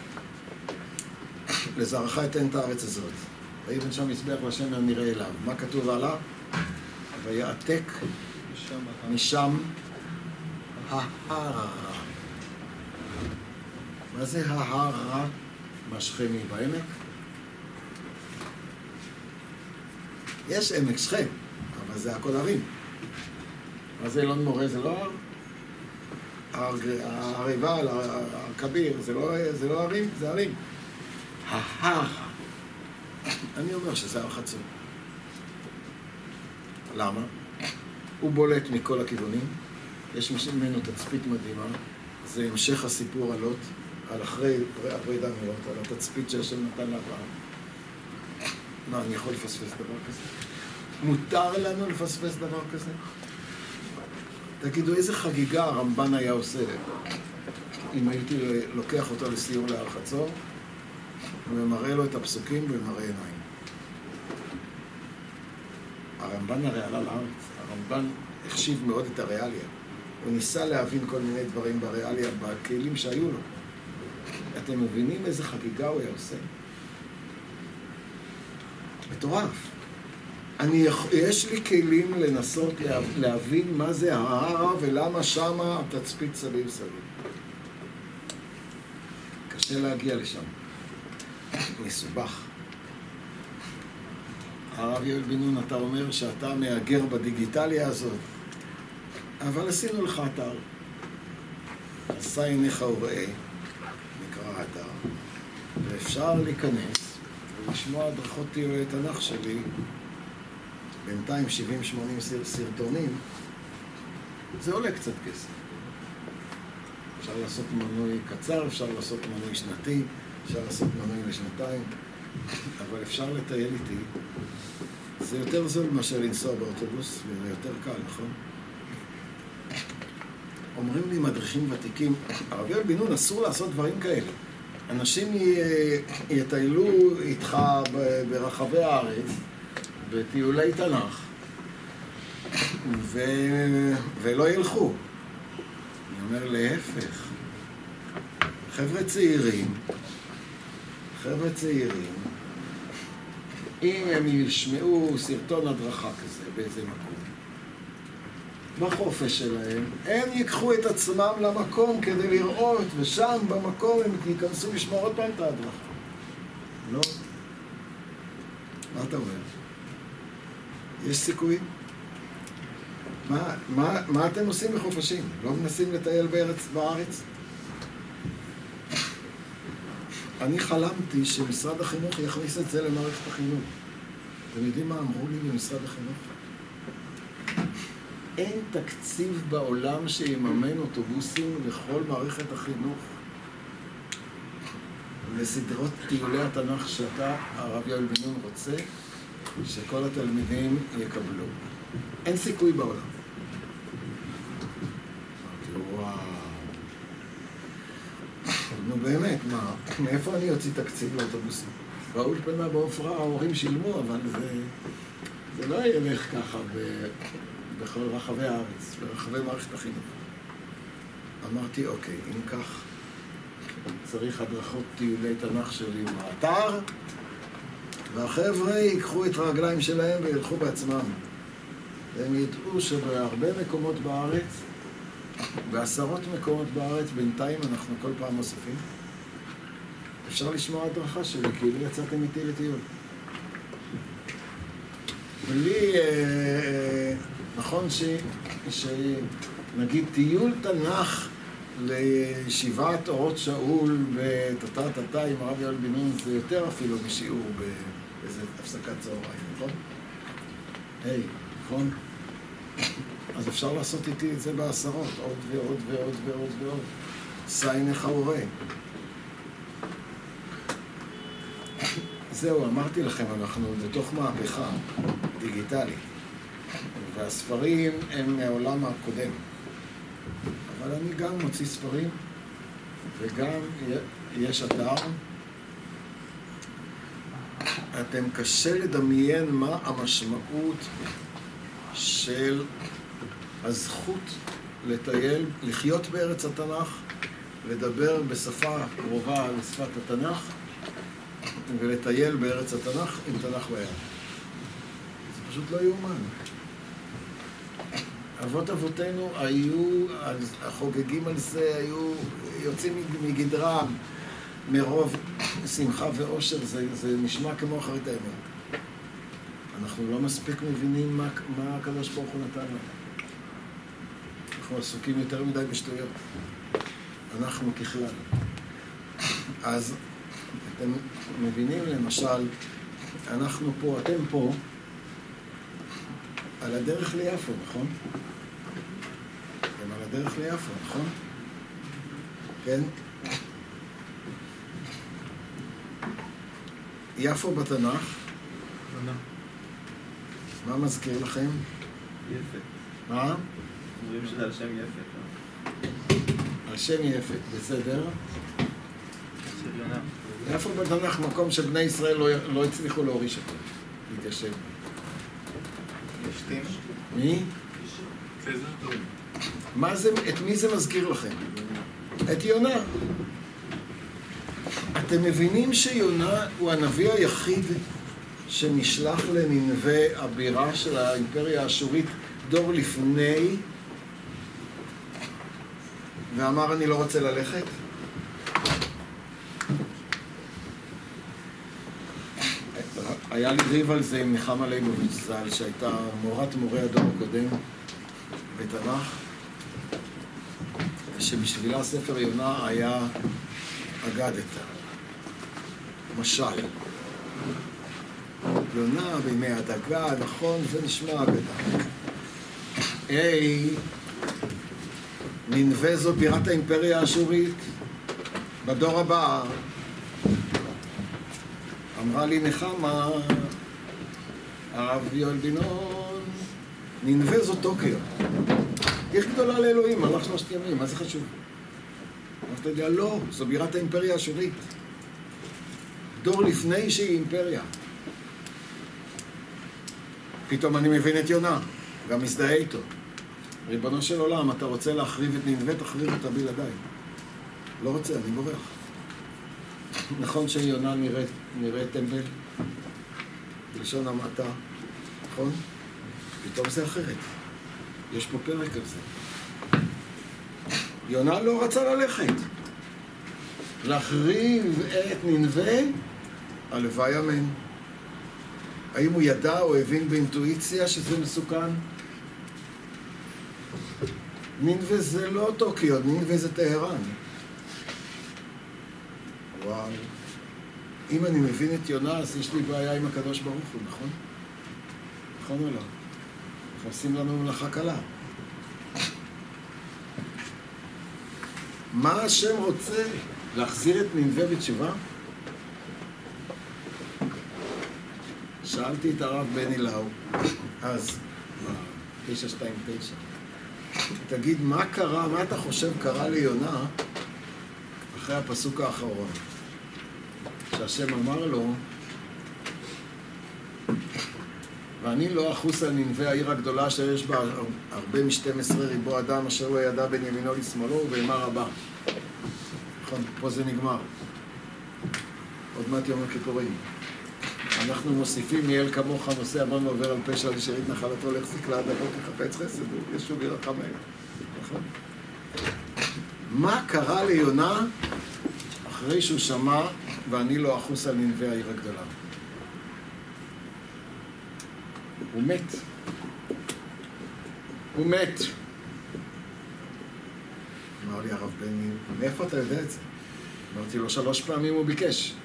לזרעך אתן את הארץ הזאת. ויבן שם מזבח לשם הנראה אליו. מה כתוב עליו? ויעתק משם ההר. מה זה ההר? מהשכמי בעמק? יש עמק שכם, אבל זה הכל הרים. מה זה אלון מורה? זה לא הריבל, הכביר, זה לא הרים, זה הרים. ההר. אני אומר שזה הר חצור. למה? הוא בולט מכל הכיוונים, יש ממנו תצפית מדהימה, זה המשך הסיפור על לוט, על אחרי הפרידה מלוט, על התצפית שהשם נתן לאברהם. מה, אני יכול לפספס דבר כזה? מותר לנו לפספס דבר כזה? תגידו, איזה חגיגה הרמב"ן היה עושה אם הייתי לוקח אותו לסיור להר חצור ומראה לו את הפסוקים ומראה עיניים. הרמב"ן הרי עלה לארץ, הרמב"ן החשיב מאוד את הריאליה. הוא ניסה להבין כל מיני דברים בריאליה, בכלים שהיו לו. אתם מבינים איזה חגיגה הוא היה עושה? מטורף. יש לי כלים לנסות להבין מה זה ההר ולמה שמה התצפית סביב סביב. קשה להגיע לשם. מסובך. הרב יואל בן נון, אתה אומר שאתה מאגר בדיגיטליה הזאת, אבל עשינו לך אתר. עשה עיניך וראה, נקרא האתר, ואפשר להיכנס ולשמוע הדרכות טיולי תנ"ך שלי, בינתיים 70-80 סרטונים, זה עולה קצת כסף. אפשר לעשות מנוי קצר, אפשר לעשות מנוי שנתי, אפשר לעשות מנוי לשנתיים, אבל אפשר לטייל איתי. זה יותר זול מאשר לנסוע באוטובוס, וזה יותר קל, נכון? אומרים לי מדריכים ותיקים, הרב יואל בן נון, אסור לעשות דברים כאלה. אנשים יטיילו איתך ברחבי הארץ, בטיולי תנ"ך, ולא ילכו. אני אומר להפך. חבר'ה צעירים, אם הם ישמעו סרטון הדרכה כזה באיזה מקום, בחופש שלהם, הם ייקחו את עצמם למקום כדי לראות, ושם במקום הם ייכנסו לשמור עוד פעם את ההדרכה. לא? מה אתה אומר? יש סיכוי? מה אתם עושים בחופשים? לא מנסים לטייל בארץ? אני חלמתי שמשרד החינוך יכניס את זה למערכת החינוך. אתם יודעים מה אמרו לי במשרד החינוך? אין תקציב בעולם שיממן אוטובוסים לכל מערכת החינוך לסדרות טיולי התנ"ך שאתה, הרב יואל בן נון, רוצה שכל התלמידים יקבלו. אין סיכוי בעולם. וואו. נו באמת, מה? מאיפה אני אוציא תקציב לאוטובוסים? באולפנה בעופרה ההורים שילמו, אבל זה לא ילך ככה בכל רחבי הארץ, ברחבי מערכת החינוך. אמרתי, אוקיי, אם כך, צריך הדרכות טיולי תנ"ך שלי באתר, והחבר'ה ייקחו את הרגליים שלהם וילכו בעצמם. והם ידעו שבהרבה מקומות בארץ, בעשרות מקומות בארץ, בינתיים אנחנו כל פעם מוסיפים. אפשר לשמוע הדרכה שלי, כאילו יצאתם איתי לטיול. בלי, נכון שנגיד טיול תנ"ך לישיבת אורות שאול בתתה עם הרב יואל בן נון, זה יותר אפילו משיעור באיזה הפסקת צהריים, נכון? היי, נכון? אז אפשר לעשות איתי את זה בעשרות, עוד ועוד ועוד ועוד ועוד. שא עיניך וראה. זהו, אמרתי לכם, אנחנו בתוך מהפכה דיגיטלית, והספרים הם מהעולם הקודם. אבל אני גם מוציא ספרים, וגם יש אתר. אתם קשה לדמיין מה המשמעות של הזכות לטייל, לחיות בארץ התנ"ך, לדבר בשפה קרובה לשפת התנ"ך, ולטייל בארץ התנ"ך עם תנ"ך ביד. זה פשוט לא יאומן. אבות אבותינו היו, החוגגים על זה, היו יוצאים מגדרם, מרוב שמחה ואושר, זה נשמע כמו אחרית הימים. אנחנו לא מספיק מבינים מה הקדוש ברוך הוא נתן לנו. אנחנו עסוקים יותר מדי בשטויות. אנחנו ככלל. אז אתם מבינים למשל, אנחנו פה, אתם פה, על הדרך ליפו, נכון? הם על הדרך ליפו, נכון? כן? יפו בתנ"ך, מה מזכיר לכם? יפת. מה? אומרים שזה על שם יפת. על שם יפת, בסדר? של יונה. יפו בתנ"ך מקום שבני ישראל לא הצליחו להוריש אותו, להתיישב. ישתים. מי? את מי זה מזכיר לכם? את יונה. אתם מבינים שיונה הוא הנביא היחיד שנשלח לנינווה, הבירה של האימפריה האשורית, דור לפני, ואמר אני לא רוצה ללכת? היה לי ריב על זה עם נחמה ליבוביץ' ז"ל, שהייתה מורת מורי הדור הקודם בתנ"ך, שבשבילה ספר יונה היה אגדתה, משל. יונה בימי הדגה, נכון, זה נשמע אגדה. נינווה זו בירת האימפריה האשורית בדור הבא. אמרה לי נחמה, הרב יואל בינון, נינווה זו טוקיו. עיר גדולה לאלוהים, הלך 3 ימים, מה זה חשוב? אתה יודע, לא, זו בירת האימפריה האשורית. דור לפני שהיא אימפריה. פתאום אני מבין את יונה, גם מזדהה איתו. ריבונו של עולם, אתה רוצה להחריב את נינווה, תחריב אותה בלעדיי. לא רוצה, אני בורח. נכון שיונה נראית טמבל? בלשון המעטה, נכון? פתאום זה אחרת. יש פה פרק על זה. יונה לא רצה ללכת. להחריב את נינווה, הלוואי אמן. האם הוא ידע או הבין באינטואיציה שזה מסוכן? נינווה זה לא טוקיו, נינווה זה טהרן. וואו. אם אני מבין את יונה, אז יש לי בעיה עם הקדוש ברוך הוא, נכון? נכון או לא? אנחנו עושים לנו מלאכה קלה. מה השם רוצה? להחזיר את נינווה בתשובה? שאלתי את הרב בני לאו, אז, 929. תגיד, מה קרה, מה אתה חושב קרה ליונה אחרי הפסוק האחרון? שהשם אמר לו, ואני לא אחוס על נינווה העיר הגדולה שיש בה הרבה מ-12 ריבו אדם אשר לא ידע בין ימינו לשמאלו ובאימה רבה. נכון, פה זה נגמר. עוד מעט יום הכיפורים. אנחנו מוסיפים מיאל כמוך נושא עוון ועובר על פשע לשארית נחלתו להחזיק לעדתו כחפץ חסד וישוב ירחם עליו. נכון? מה קרה ליונה אחרי שהוא שמע ואני לא אחוס על נינווה העיר הגדולה? הוא מת. הוא מת. אמר לי הרב בני, מאיפה אתה יודע את זה? אמרתי לו 3 פעמים הוא ביקש.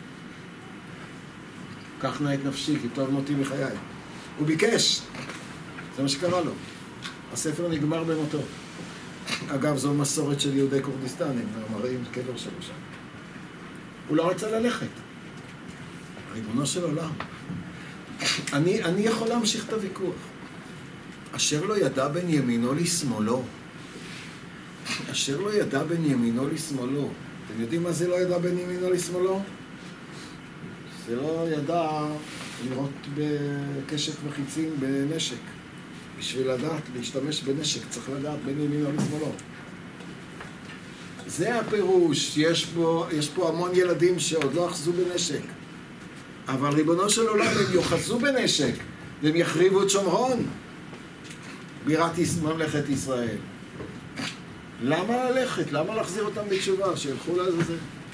קח נא את נפשי, כי טוב מותי מחיי. הוא ביקש. זה מה שקרה לו. הספר נגמר במותו. אגב, זו מסורת של יהודי כורדיסטן, הם מראים קבר שלו שם. הוא לא רצה ללכת. ריבונו של עולם. אני יכול להמשיך את הוויכוח. אשר לא ידע בין ימינו לשמאלו. אשר לא ידע בין ימינו לשמאלו. אתם יודעים מה זה לא ידע בין ימינו לשמאלו? זה לא ידע לראות בקשת וחיצים בנשק. בשביל לדעת להשתמש בנשק צריך לדעת בין ימינו לשמאלו. זה הפירוש. יש פה המון ילדים שעוד לא אחזו בנשק. אבל ריבונו של עולם הם יוחזו בנשק והם יחריבו את שומרון, בירת ממלכת ישראל. למה ללכת? למה להחזיר אותם בתשובה? שילכו לזה.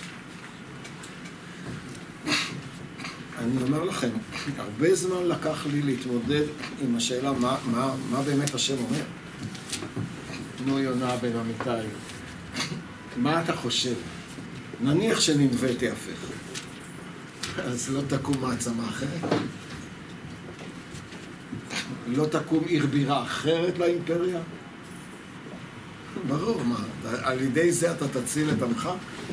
אני אומר לכם, הרבה זמן לקח לי להתמודד עם השאלה מה באמת השם אומר. נו יונה בן אמיתי, מה אתה חושב? נניח שנינווה תהפך, אז לא תקום מעצמה אחרת. לא תקום עיר בירה אחרת לאימפריה? ברור, מה? על ידי זה אתה תציל את עמך?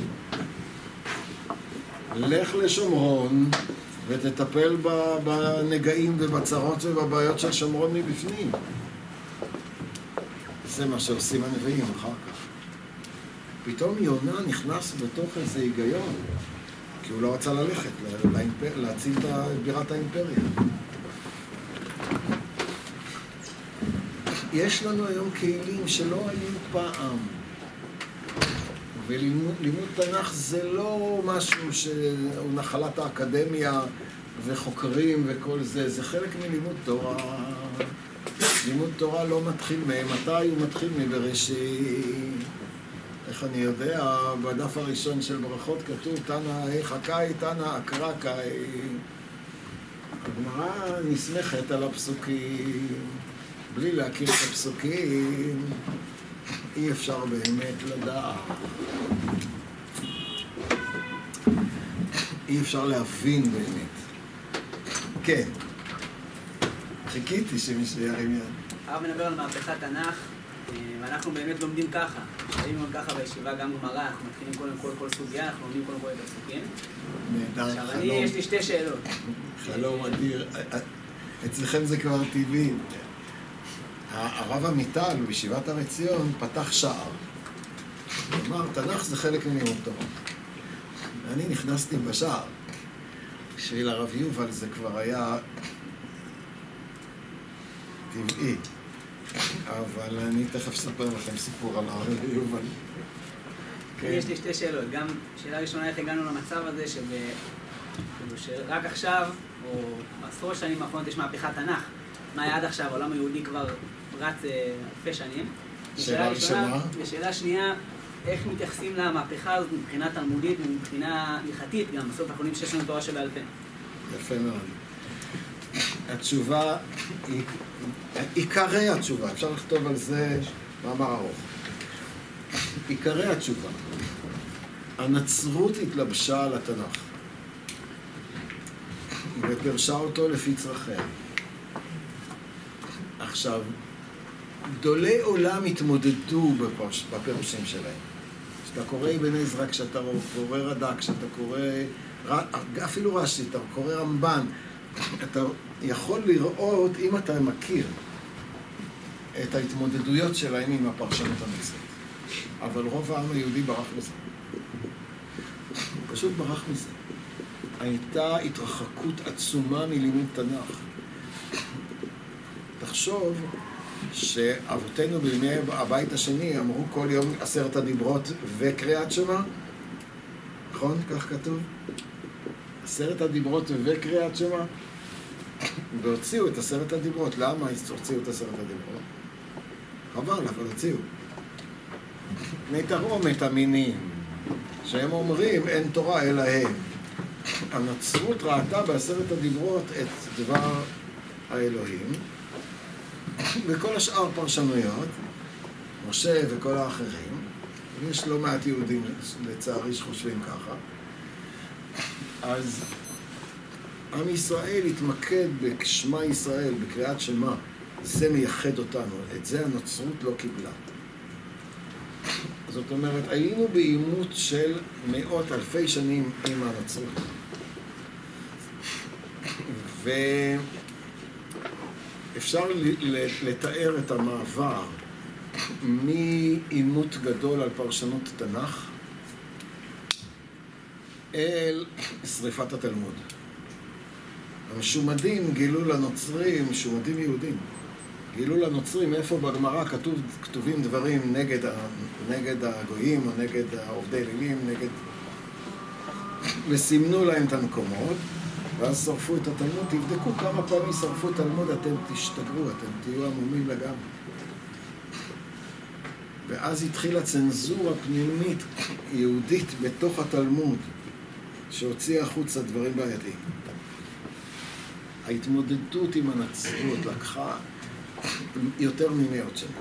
לך לשומרון ותטפל בנגעים ובצרות ובבעיות של שומרון מבפנים. זה מה שעושים הנביאים אחר כך. פתאום יונה נכנס בתוך איזה היגיון, כי הוא לא רצה ללכת, להציל את בירת האימפריה. יש לנו היום כלים שלא היו פעם. ולימוד תנ"ך זה לא משהו שהוא נחלת האקדמיה וחוקרים וכל זה, זה חלק מלימוד תורה. לימוד תורה לא מתחיל מתי הוא מתחיל מבראשית. איך אני יודע, בדף הראשון של ברכות כתוב תנא איך הקאי, תנא אקרא קאי. הגמרא נסמכת על הפסוקים, בלי להכיר את הפסוקים אי אפשר באמת לדעת. אי אפשר להבין באמת. כן. חיכיתי שמישהו ירים יד. הרב מדבר על מהפכת תנ"ך, ואנחנו באמת לומדים ככה. כשאנחנו ככה בישיבה גם גמרא, אנחנו מתחילים קודם כל סוגיה, אנחנו לומדים קודם כל את הפסוקים. נהדר, עכשיו, יש לי שתי שאלות. חלום אדיר. אצלכם זה כבר טבעי. הרב עמיטל בישיבת הר עציון פתח שער. הוא אמר, תנ"ך זה חלק מלימוד תורה. ואני נכנסתי בשער. בשביל הרב יובל זה כבר היה טבעי. אבל אני תכף אספר לכם סיפור על הרב יובל. יש לי שתי שאלות. גם שאלה ראשונה, איך הגענו למצב הזה שרק עכשיו, או בעשרות שנים האחרונות, יש מהפכת תנ"ך. מה היה עד עכשיו? העולם היהודי כבר רץ אלפי שנים. שאלה ראשונה. ושאלה שנייה, איך מתייחסים למהפכה הזאת מבחינה תלמודית ומבחינה הלכתית גם? בסוף אנחנו יודעים שיש לנו תורה שבעל פה. יפה מאוד. התשובה, עיקרי התשובה, אפשר לכתוב על זה מאמר ארוך. עיקרי התשובה, הנצרות התלבשה על התנ"ך ופרשה אותו לפי צרכיה. עכשיו, גדולי עולם התמודדו בפירושים שלהם. כשאתה קורא אבן עזרא, כשאתה קורא רד"ק, כשאתה קורא אפילו רש"י, אתה קורא רמב"ן, אתה יכול לראות, אם אתה מכיר את ההתמודדויות שלהם עם הפרשנות הנוצרית. אבל רוב העם היהודי ברח לזה. הוא פשוט ברח מזה. הייתה התרחקות עצומה מלימוד תנ"ך. תחשוב שאבותינו בימי הבית השני אמרו כל יום 10 הדיברות וקריאת שמע. נכון? כך כתוב? 10 הדיברות וקריאת שמע. והוציאו את 10 הדיברות. למה הוציאו את 10 הדיברות? חבל, אבל הוציאו. מתרעומת המינים, שהם אומרים אין תורה אלא הם. הנצרות ראתה ב10 הדיברות את דבר האלוהים, וכל השאר פרשנויות, משה וכל האחרים, יש לא מעט יהודים לצערי שחושבים ככה, אז עם ישראל התמקד בשמה ישראל, בקריאת שמה, זה מייחד אותנו, את זה הנצרות לא קיבלה. זאת אומרת, היינו בעימות של מאות אלפי שנים עם הנצרות. ואפשר לתאר את המעבר מעימות גדול על פרשנות תנ"ך אל שריפת התלמוד. המשומדים גילו לנוצרים, משומדים יהודים, גילו לנוצרים איפה בגמרא כתובים דברים נגד הגויים או נגד העובדי אלילים, וסימנו להם את המקומות, ואז שרפו את התלמוד. תבדקו כמה פעמים שרפו תלמוד, אתם תשתגרו, אתם תהיו עמומים לגמרי. ואז התחילה צנזורה פנימית יהודית בתוך התלמוד, שהוציאה החוצה דברים בעייתיים. ההתמודדות עם הנצרות לקחה יותר מ100 שנים.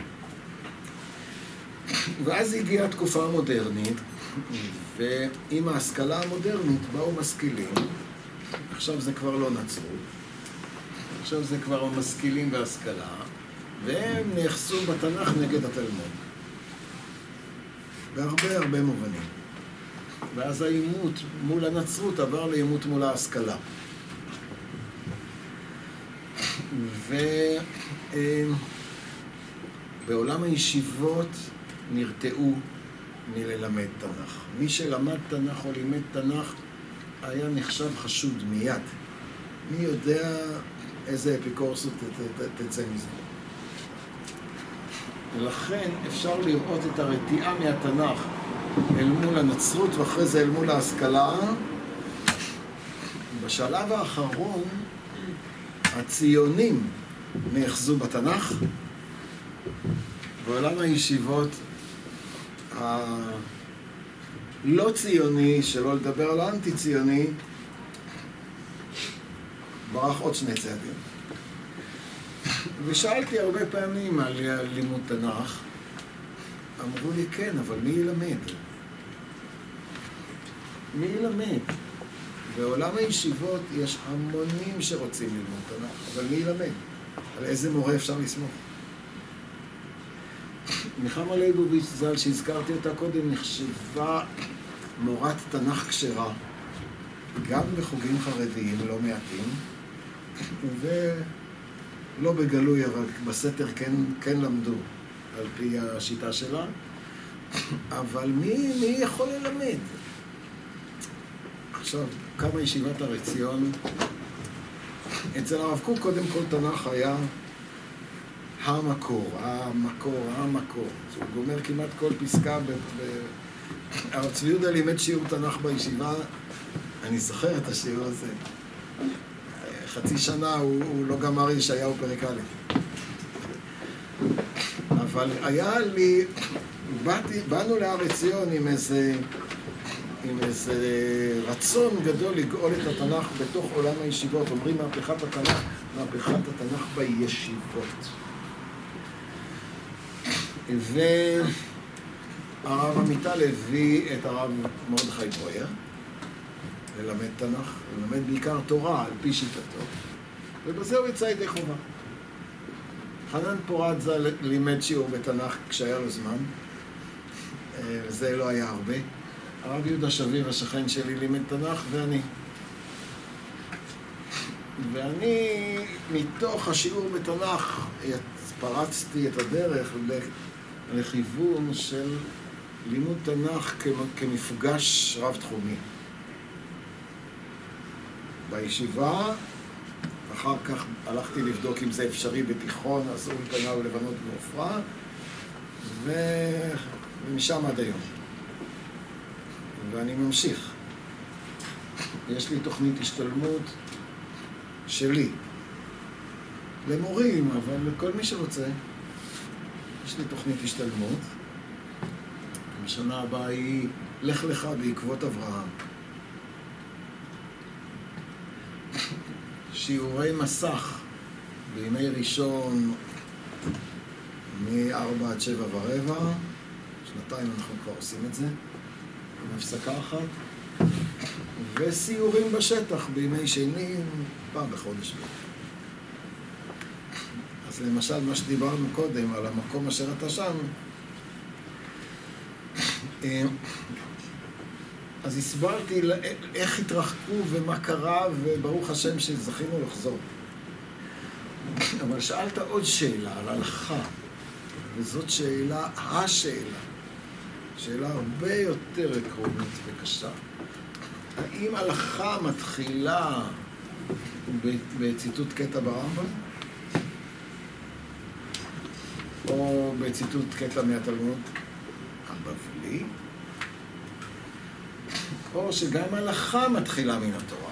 ואז הגיעה התקופה המודרנית, ועם ההשכלה המודרנית באו משכילים. עכשיו זה כבר לא נצרות. עכשיו זה כבר המשכילים והשכלה, והם נאחסו בתנ"ך נגד התלמוד. בהרבה הרבה מובנים. ואז העימות מול הנצרות עבר לעימות מול ההשכלה. ובעולם הישיבות נרתעו מללמד תנ"ך. מי שלמד תנ"ך או לימד תנ"ך היה נחשב חשוד מיד. מי יודע איזה אפיקורסות תצא מזה. ולכן אפשר לראות את הרתיעה מהתנ"ך אל מול הנצרות ואחרי זה אל מול ההשכלה. בשלב האחרון הציונים נאחזו בתנ"ך, ועולם הישיבות הלא ציוני, שלא לדבר על האנטי-ציוני, ברח עוד שני צעדים. ושאלתי הרבה פעמים על לימוד תנ"ך, אמרו לי כן, אבל מי ילמד? מי ילמד? בעולם הישיבות יש המונים שרוצים ללמוד תנ"ך, אבל מי ילמד? על איזה מורה אפשר לסמוך? נחמה ליבוביץ' ז"ל, שהזכרתי אותה קודם, נחשבה מורת תנ"ך כשרה, גם בחוגים חרדיים לא מעטים, ולא בגלוי, אבל בסתר כן למדו על פי השיטה שלה. אבל מי יכול ללמד? עכשיו, כמה ישיבת הר עציון, אצל הרב קוק קודם כל תנ"ך היה המקור. הוא גומר כמעט כל פסקה. הרב צבי יהודה לימד שיעור תנ"ך בישיבה, אני זוכר את השיעור הזה. חצי שנה הוא לא גמר ישעיהו פרק א'. אבל היה לי, באנו להר עציון עם איזה רצון גדול לגאול את התנ"ך בתוך עולם הישיבות. אומרים מהפכת התנ"ך בישיבות. והרב עמיטל הביא את הרב מרדכי ברויר ללמד תנ"ך, ללמד בעיקר תורה על פי שיטתו, ובזה הוא יצא ידי חובה. חנן פורת ז"ל לימד שיעור בתנ"ך כשהיה לו זמן, וזה לא היה הרבה. הרב יהודה שביר, השכן שלי, לימד תנ"ך, ואני מתוך השיעור בתנ"ך פרצתי את הדרך לכיוון של לימוד תנ"ך כמפגש רב-תחומי. בישיבה, אחר כך הלכתי לבדוק אם זה אפשרי בתיכון, אז אולפנה ולבנות ועופרה, ומשם עד היום. ואני ממשיך. יש לי תוכנית השתלמות שלי, למורים, אבל לכל מי שרוצה. יש לי תוכנית השתלמות. בשנה הבאה היא לך לך בעקבות אברהם. שיעורי מסך בימי ראשון מ-4 עד 7:15. שנתיים אנחנו כבר עושים את זה, עם הפסקה אחת. וסיורים בשטח בימי שני, פעם בחודש. אז למשל מה שדיברנו קודם על המקום אשר אתה שם, אז הסברתי איך התרחקו ומה קרה, וברוך השם שזכינו לחזור. אבל שאלת עוד שאלה על הלכה, וזאת שאלה הרבה יותר עקרונית וקשה. האם הלכה מתחילה בציטוט קטע ברמב"ם, או בציטוט קטע מהתלמוד הבבלי, או שגם הלכה מתחילה מן התורה?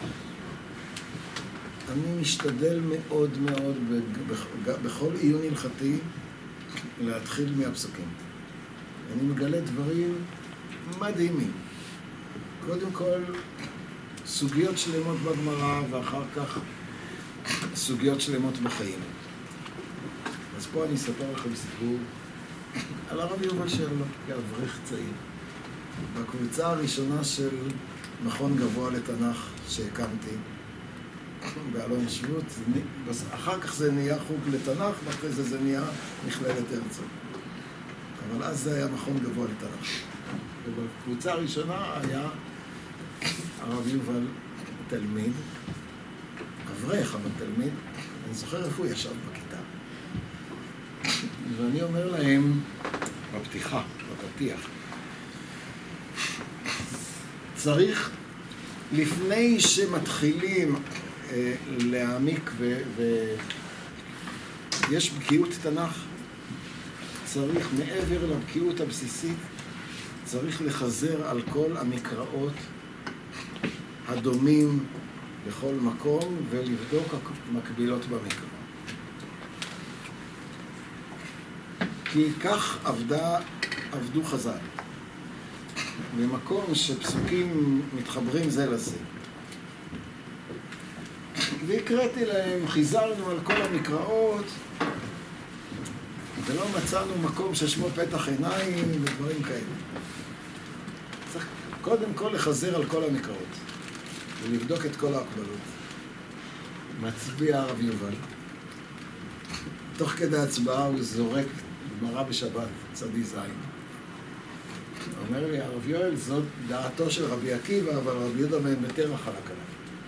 אני משתדל מאוד מאוד בכל עיון הלכתי להתחיל מהפסוקים. אני מגלה דברים מדהימים. קודם כל, סוגיות שלמות בגמרא, ואחר כך סוגיות שלמות בחיים. אז פה אני אספר לכם סיפור על הרב יובל שרלו, כאברך צעיר. בקבוצה הראשונה של מכון גבוה לתנ"ך שהקמתי, באלון שבות, אחר כך זה נהיה חוג לתנ"ך, ואחרי זה נהיה מכללת הרצוג. אבל אז זה היה מכון גבוה לתנ"ך. ובקבוצה הראשונה היה הרב יובל תלמיד, אברך אבל תלמיד, אני זוכר איפה הוא ישב בכיתה. ואני אומר להם, בפתיחה, בפתיח, צריך, לפני שמתחילים להעמיק ויש בקיאות תנ"ך, צריך מעבר לבקיאות הבסיסית, צריך לחזר על כל המקראות הדומים בכל מקום ולבדוק מקבילות במקרא. כי כך עבדו חז"ל. במקום שפסוקים מתחברים זה לזה. והקראתי להם, חיזרנו על כל המקראות, ולא מצאנו מקום ששמו פתח עיניים ודברים כאלה. צריך קודם כל לחזר על כל המקראות, ולבדוק את כל ההקבלות. מצביע הרב יובל. תוך כדי הצבעה הוא זורק גמרא בשבת, צדי זין. אומר לי, הרב יואל, זאת דעתו של רבי עקיבא, אבל רבי יהודה בן בתרא חלק עליו.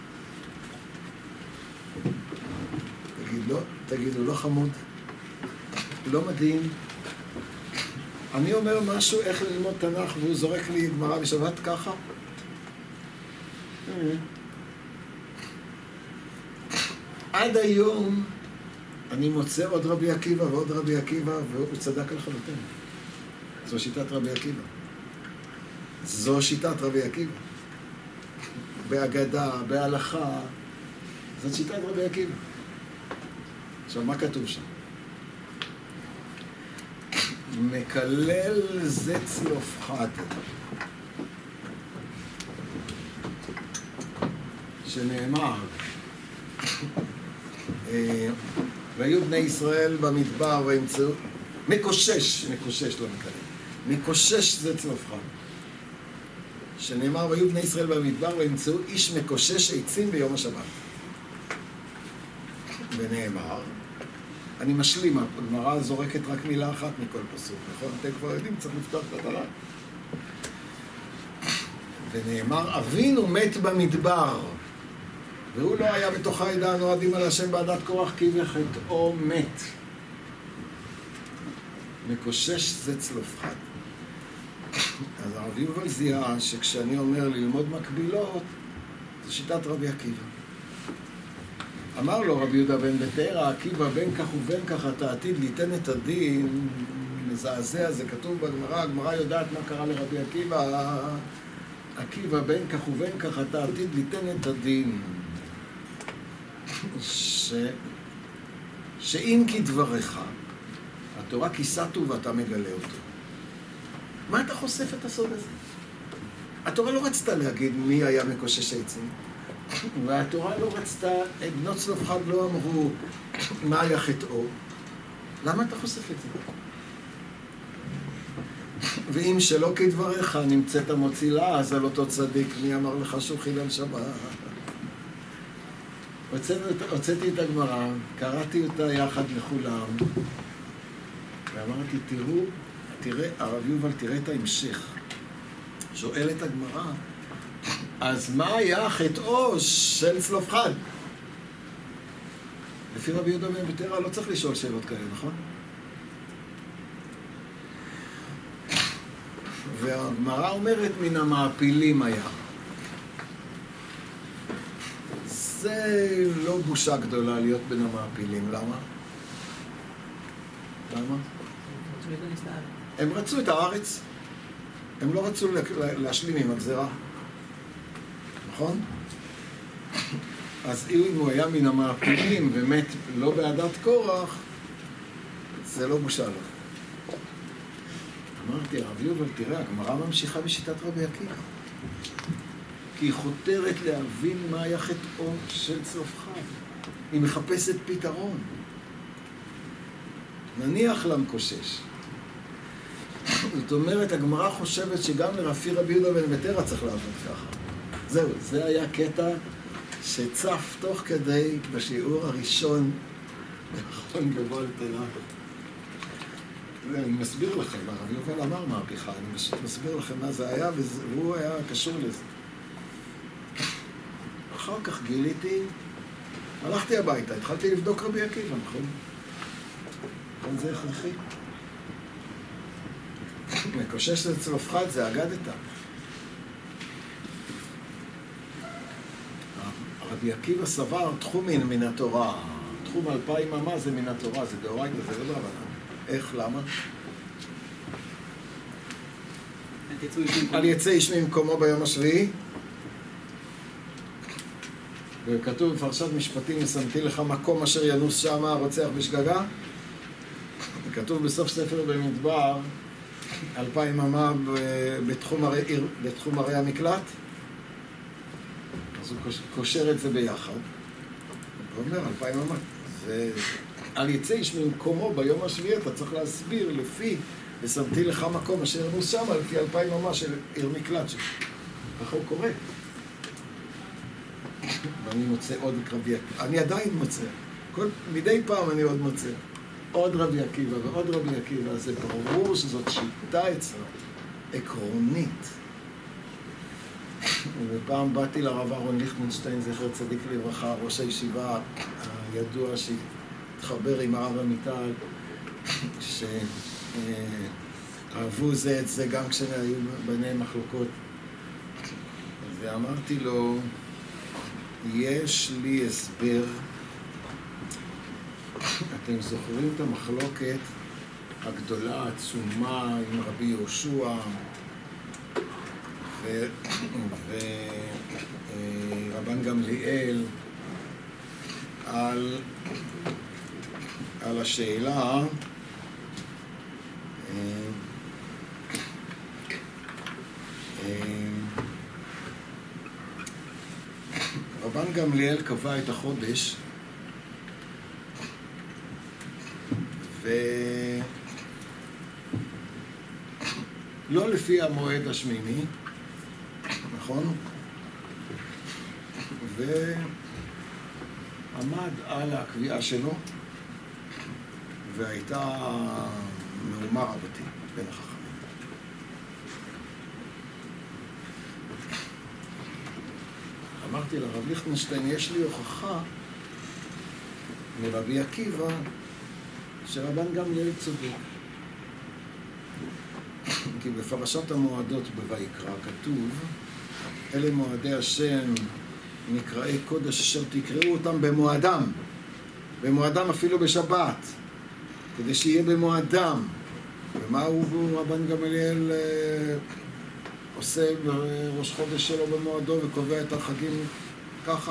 תגידו, לא חמוד, לא מדהים. אני אומר משהו איך ללמוד תנ"ך, והוא זורק לי גמרא בשבת ככה. עד היום אני מוצא עוד רבי עקיבא ועוד רבי עקיבא, והוא צדק לחלוטין. זו שיטת רבי עקיבא. זו שיטת רבי עקיבא. בהגדה, בהלכה, זאת שיטת רבי עקיבא. עכשיו, מה כתוב שם? מקלל זה צלופחד. שנאמר, והיו בני ישראל במדבר וימצאו, מקושש לא מקלל. מקושש זה צלופחד. שנאמר, והיו בני ישראל במדבר וימצאו איש מקושש עצים ביום השבת. ונאמר, אני משלים, הגמרא זורקת רק מילה אחת מכל פסוק, נכון? אתם כבר יודעים, צריך לפתוח את התורה. ונאמר, אבינו מת במדבר, והוא לא היה בתוך העדה הנועדים על השם בעדת קורח, כי בחטאו מת. מקושש זה צלופחד. אז הרב יובל זיהה שכשאני אומר ללמוד מקבילות, זו שיטת רבי עקיבא. אמר לו רבי יהודה בן בתרא, עקיבא בין כך ובין כך אתה עתיד ליתן את הדין, מזעזע, זה כתוב בגמרא, הגמרא יודעת מה קרה לרבי עקיבא, עקיבא בין כך ובין כך אתה עתיד ליתן את הדין, שאם כדבריך, התורה כיסתו ואתה מגלה אותו. מה אתה חושף את הסוד הזה? התורה לא רצתה להגיד מי היה מקושש עצים. והתורה לא רצתה, בנות צלופחד לא אמרו מה היה חטאו. למה אתה חושף את זה? ואם שלא כדבריך נמצאת מוצילה, אז על אותו צדיק, מי אמר לך שהוא חילל שבת? הוצאתי את הגמרא, קראתי אותה יחד לכולם, ואמרתי, תראה, הרב יובל, תראה את ההמשך. שואל את הגמרא, אז מה היה חטאו של צלופחד? לפי רבי יהודה בן בתרא לא צריך לשאול שאלות כאלה, נכון? והגמרא אומרת מן המעפילים היה. זה לא בושה גדולה להיות בין המעפילים, למה? למה? הם רצו את הארץ, הם לא רצו להשלים עם הגזרה. נכון? אז אם הוא היה מן המעפילים ומת לא בעדת קורח, זה לא בושה לו. אמרתי, הרב יובל, תראה, הגמרא ממשיכה בשיטת רבי עקיבא. כי היא חותרת להבין מה היה חטאו של צלופחד. היא מחפשת פתרון. נניח למקושש. זאת אומרת, הגמרא חושבת שגם לרפי רבי יהודה בן בתרא צריך לעבוד ככה. זהו, זה היה קטע שצף תוך כדי בשיעור הראשון במכון גבוה לתנ"ך. אני מסביר לכם, הרב יובל אמר מהפכה, אני מסביר לכם מה זה היה, והוא היה קשור לזה. אחר כך גיליתי, הלכתי הביתה, התחלתי לבדוק רבי עקיבא, נכון? נכון, זה הכרחי. מקושש לצלופחת, זה אגדת. רבי עקיבא סבר תחום מן התורה. תחום 2000 אמה זה מן התורה, זה דאורייתא, זה לא דבר. איך? למה? אל יצא איש ממקומו ביום השביעי. וכתוב בפרשת משפטים, ושמתי לך מקום אשר ינוס שמה הרוצח בשגגה. וכתוב בסוף ספר במדבר, 2000 אמה בתחום ערי המקלט. אז הוא קושר את זה ביחד. הוא אומר, 2000 אמה. אל יצא איש ממקומו ביום השביעי, אתה צריך להסביר לפי, ושמתי לך מקום אשר ינוס שמה, לפי 2000 אמה של עיר מקלט שלו. ככה הוא קורא. ואני מוצא עוד רבי עקיבא. אני עדיין מוצא. מדי פעם אני עוד מוצא. עוד רבי עקיבא ועוד רבי עקיבא. זה ברור שזאת שיטה אצלו. עקרונית. ופעם באתי לרב אהרון ליכטנשטיין, זכר צדיק לברכה, ראש הישיבה הידוע שהתחבר עם הרב עמיטל, שאהבו זה את זה גם כשהיו ביניהם מחלוקות. ואמרתי לו, יש לי הסבר. אתם זוכרים את המחלוקת הגדולה, העצומה, עם רבי יהושע ורבן גמליאל על השאלה רבן גמליאל קבע את החודש לא לפי המועד השמיני, נכון? ועמד על הקביעה שלו, והייתה מהומה רבתי בין החכמים. אמרתי לרב ליכטנשטיין, יש לי הוכחה מרבי עקיבא שרבן גמליאל צודק. כי בפרשת המועדות בויקרא כתוב, אלה מועדי השם נקראי קודש אשר תקראו אותם במועדם, במועדם אפילו בשבת, כדי שיהיה במועדם. ומה הוא רבן גמליאל עושה בראש חודש שלו במועדו וקובע את החגים ככה?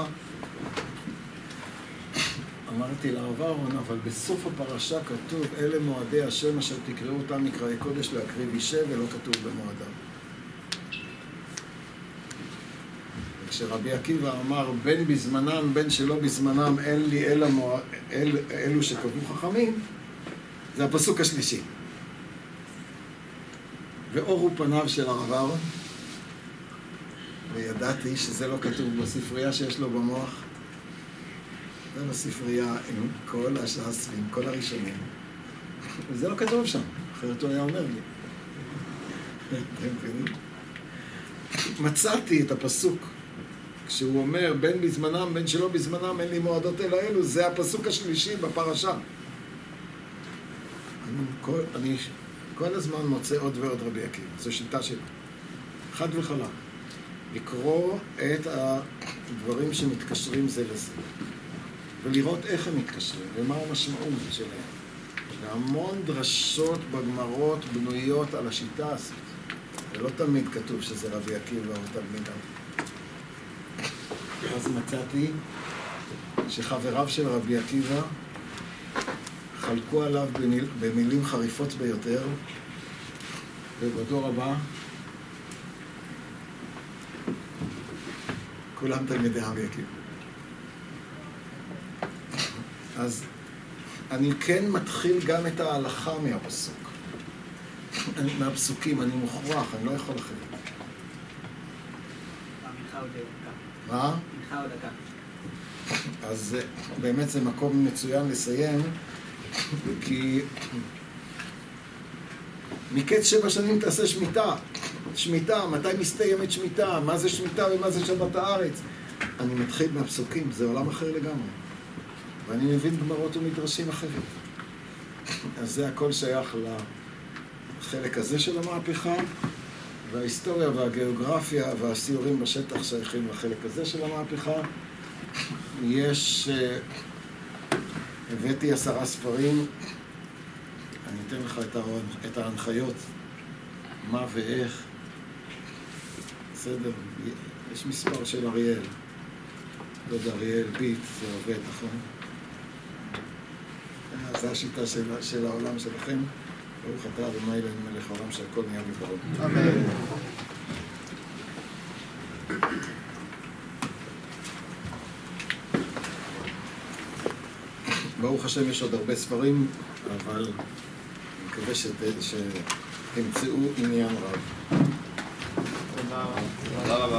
אמרתי לרב אהרון, אבל בסוף הפרשה כתוב, אלה מועדי השם אשר תקראו אותם מקראי קודש להקריב אישה, ולא כתוב במועדם. וכשרבי עקיבא אמר, בין בזמנם, בין שלא בזמנם, אין לי אלו שקבעו חכמים, זה הפסוק השלישי. ואורו פניו של הרב אהרון, וידעתי שזה לא כתוב בספרייה שיש לו במוח, זה בספרייה עם כל הש"ס ועם כל הראשונים. וזה לא כתוב שם, אחרת הוא היה אומר לי. מצאתי את הפסוק, כשהוא אומר, בין בזמנם, בין שלא בזמנם, אין לי מועדות אלא אלו, זה הפסוק השלישי בפרשה. אני כל הזמן מוצא עוד ועוד רבי עקיבא, זו שיטה שלו. חד וחלק. לקרוא את הדברים שמתקשרים זה לזה. ולראות איך הם מתקשרים, ומה המשמעות שלהם. והמון דרשות בגמרות בנויות על השיטה הזאת. ולא תמיד כתוב שזה רבי עקיבא או תלמידיו. אז מצאתי שחבריו של רבי עקיבא חלקו עליו במילים חריפות ביותר, ובדור הבא כולם תלמידי רבי עקיבא. אז אני כן מתחיל גם את ההלכה מהפסוק. מהפסוקים, אני מוכרח, אני לא יכול אחרת. מנחה עוד דקה. מה? מנחה עוד דקה. אז באמת זה מקום מצוין לסיים, כי מקץ 7 שנים תעשה שמיטה. שמיטה, מתי מסתיימת שמיטה? מה זה שמיטה ומה זה שבת הארץ? אני מתחיל מהפסוקים, זה עולם אחר לגמרי. ואני מבין גמרות ומדרשים אחרים. אז זה הכל שייך לחלק הזה של המהפכה, וההיסטוריה והגיאוגרפיה והסיורים בשטח שייכים לחלק הזה של המהפכה. הבאתי 10 ספרים, אני אתן לך את ההנחיות, מה ואיך. בסדר, יש מספר של אריאל, לא יודע, אריאל ביט, זה עובד, נכון? זו השיטה של העולם שלכם. ברוך אתה אדוני אלוהינו מלך העולם שהכל נהיה בדברו. אמן. ברוך השם יש עוד הרבה ספרים, אבל אני מקווה שתמצאו עניין רב. תודה רבה.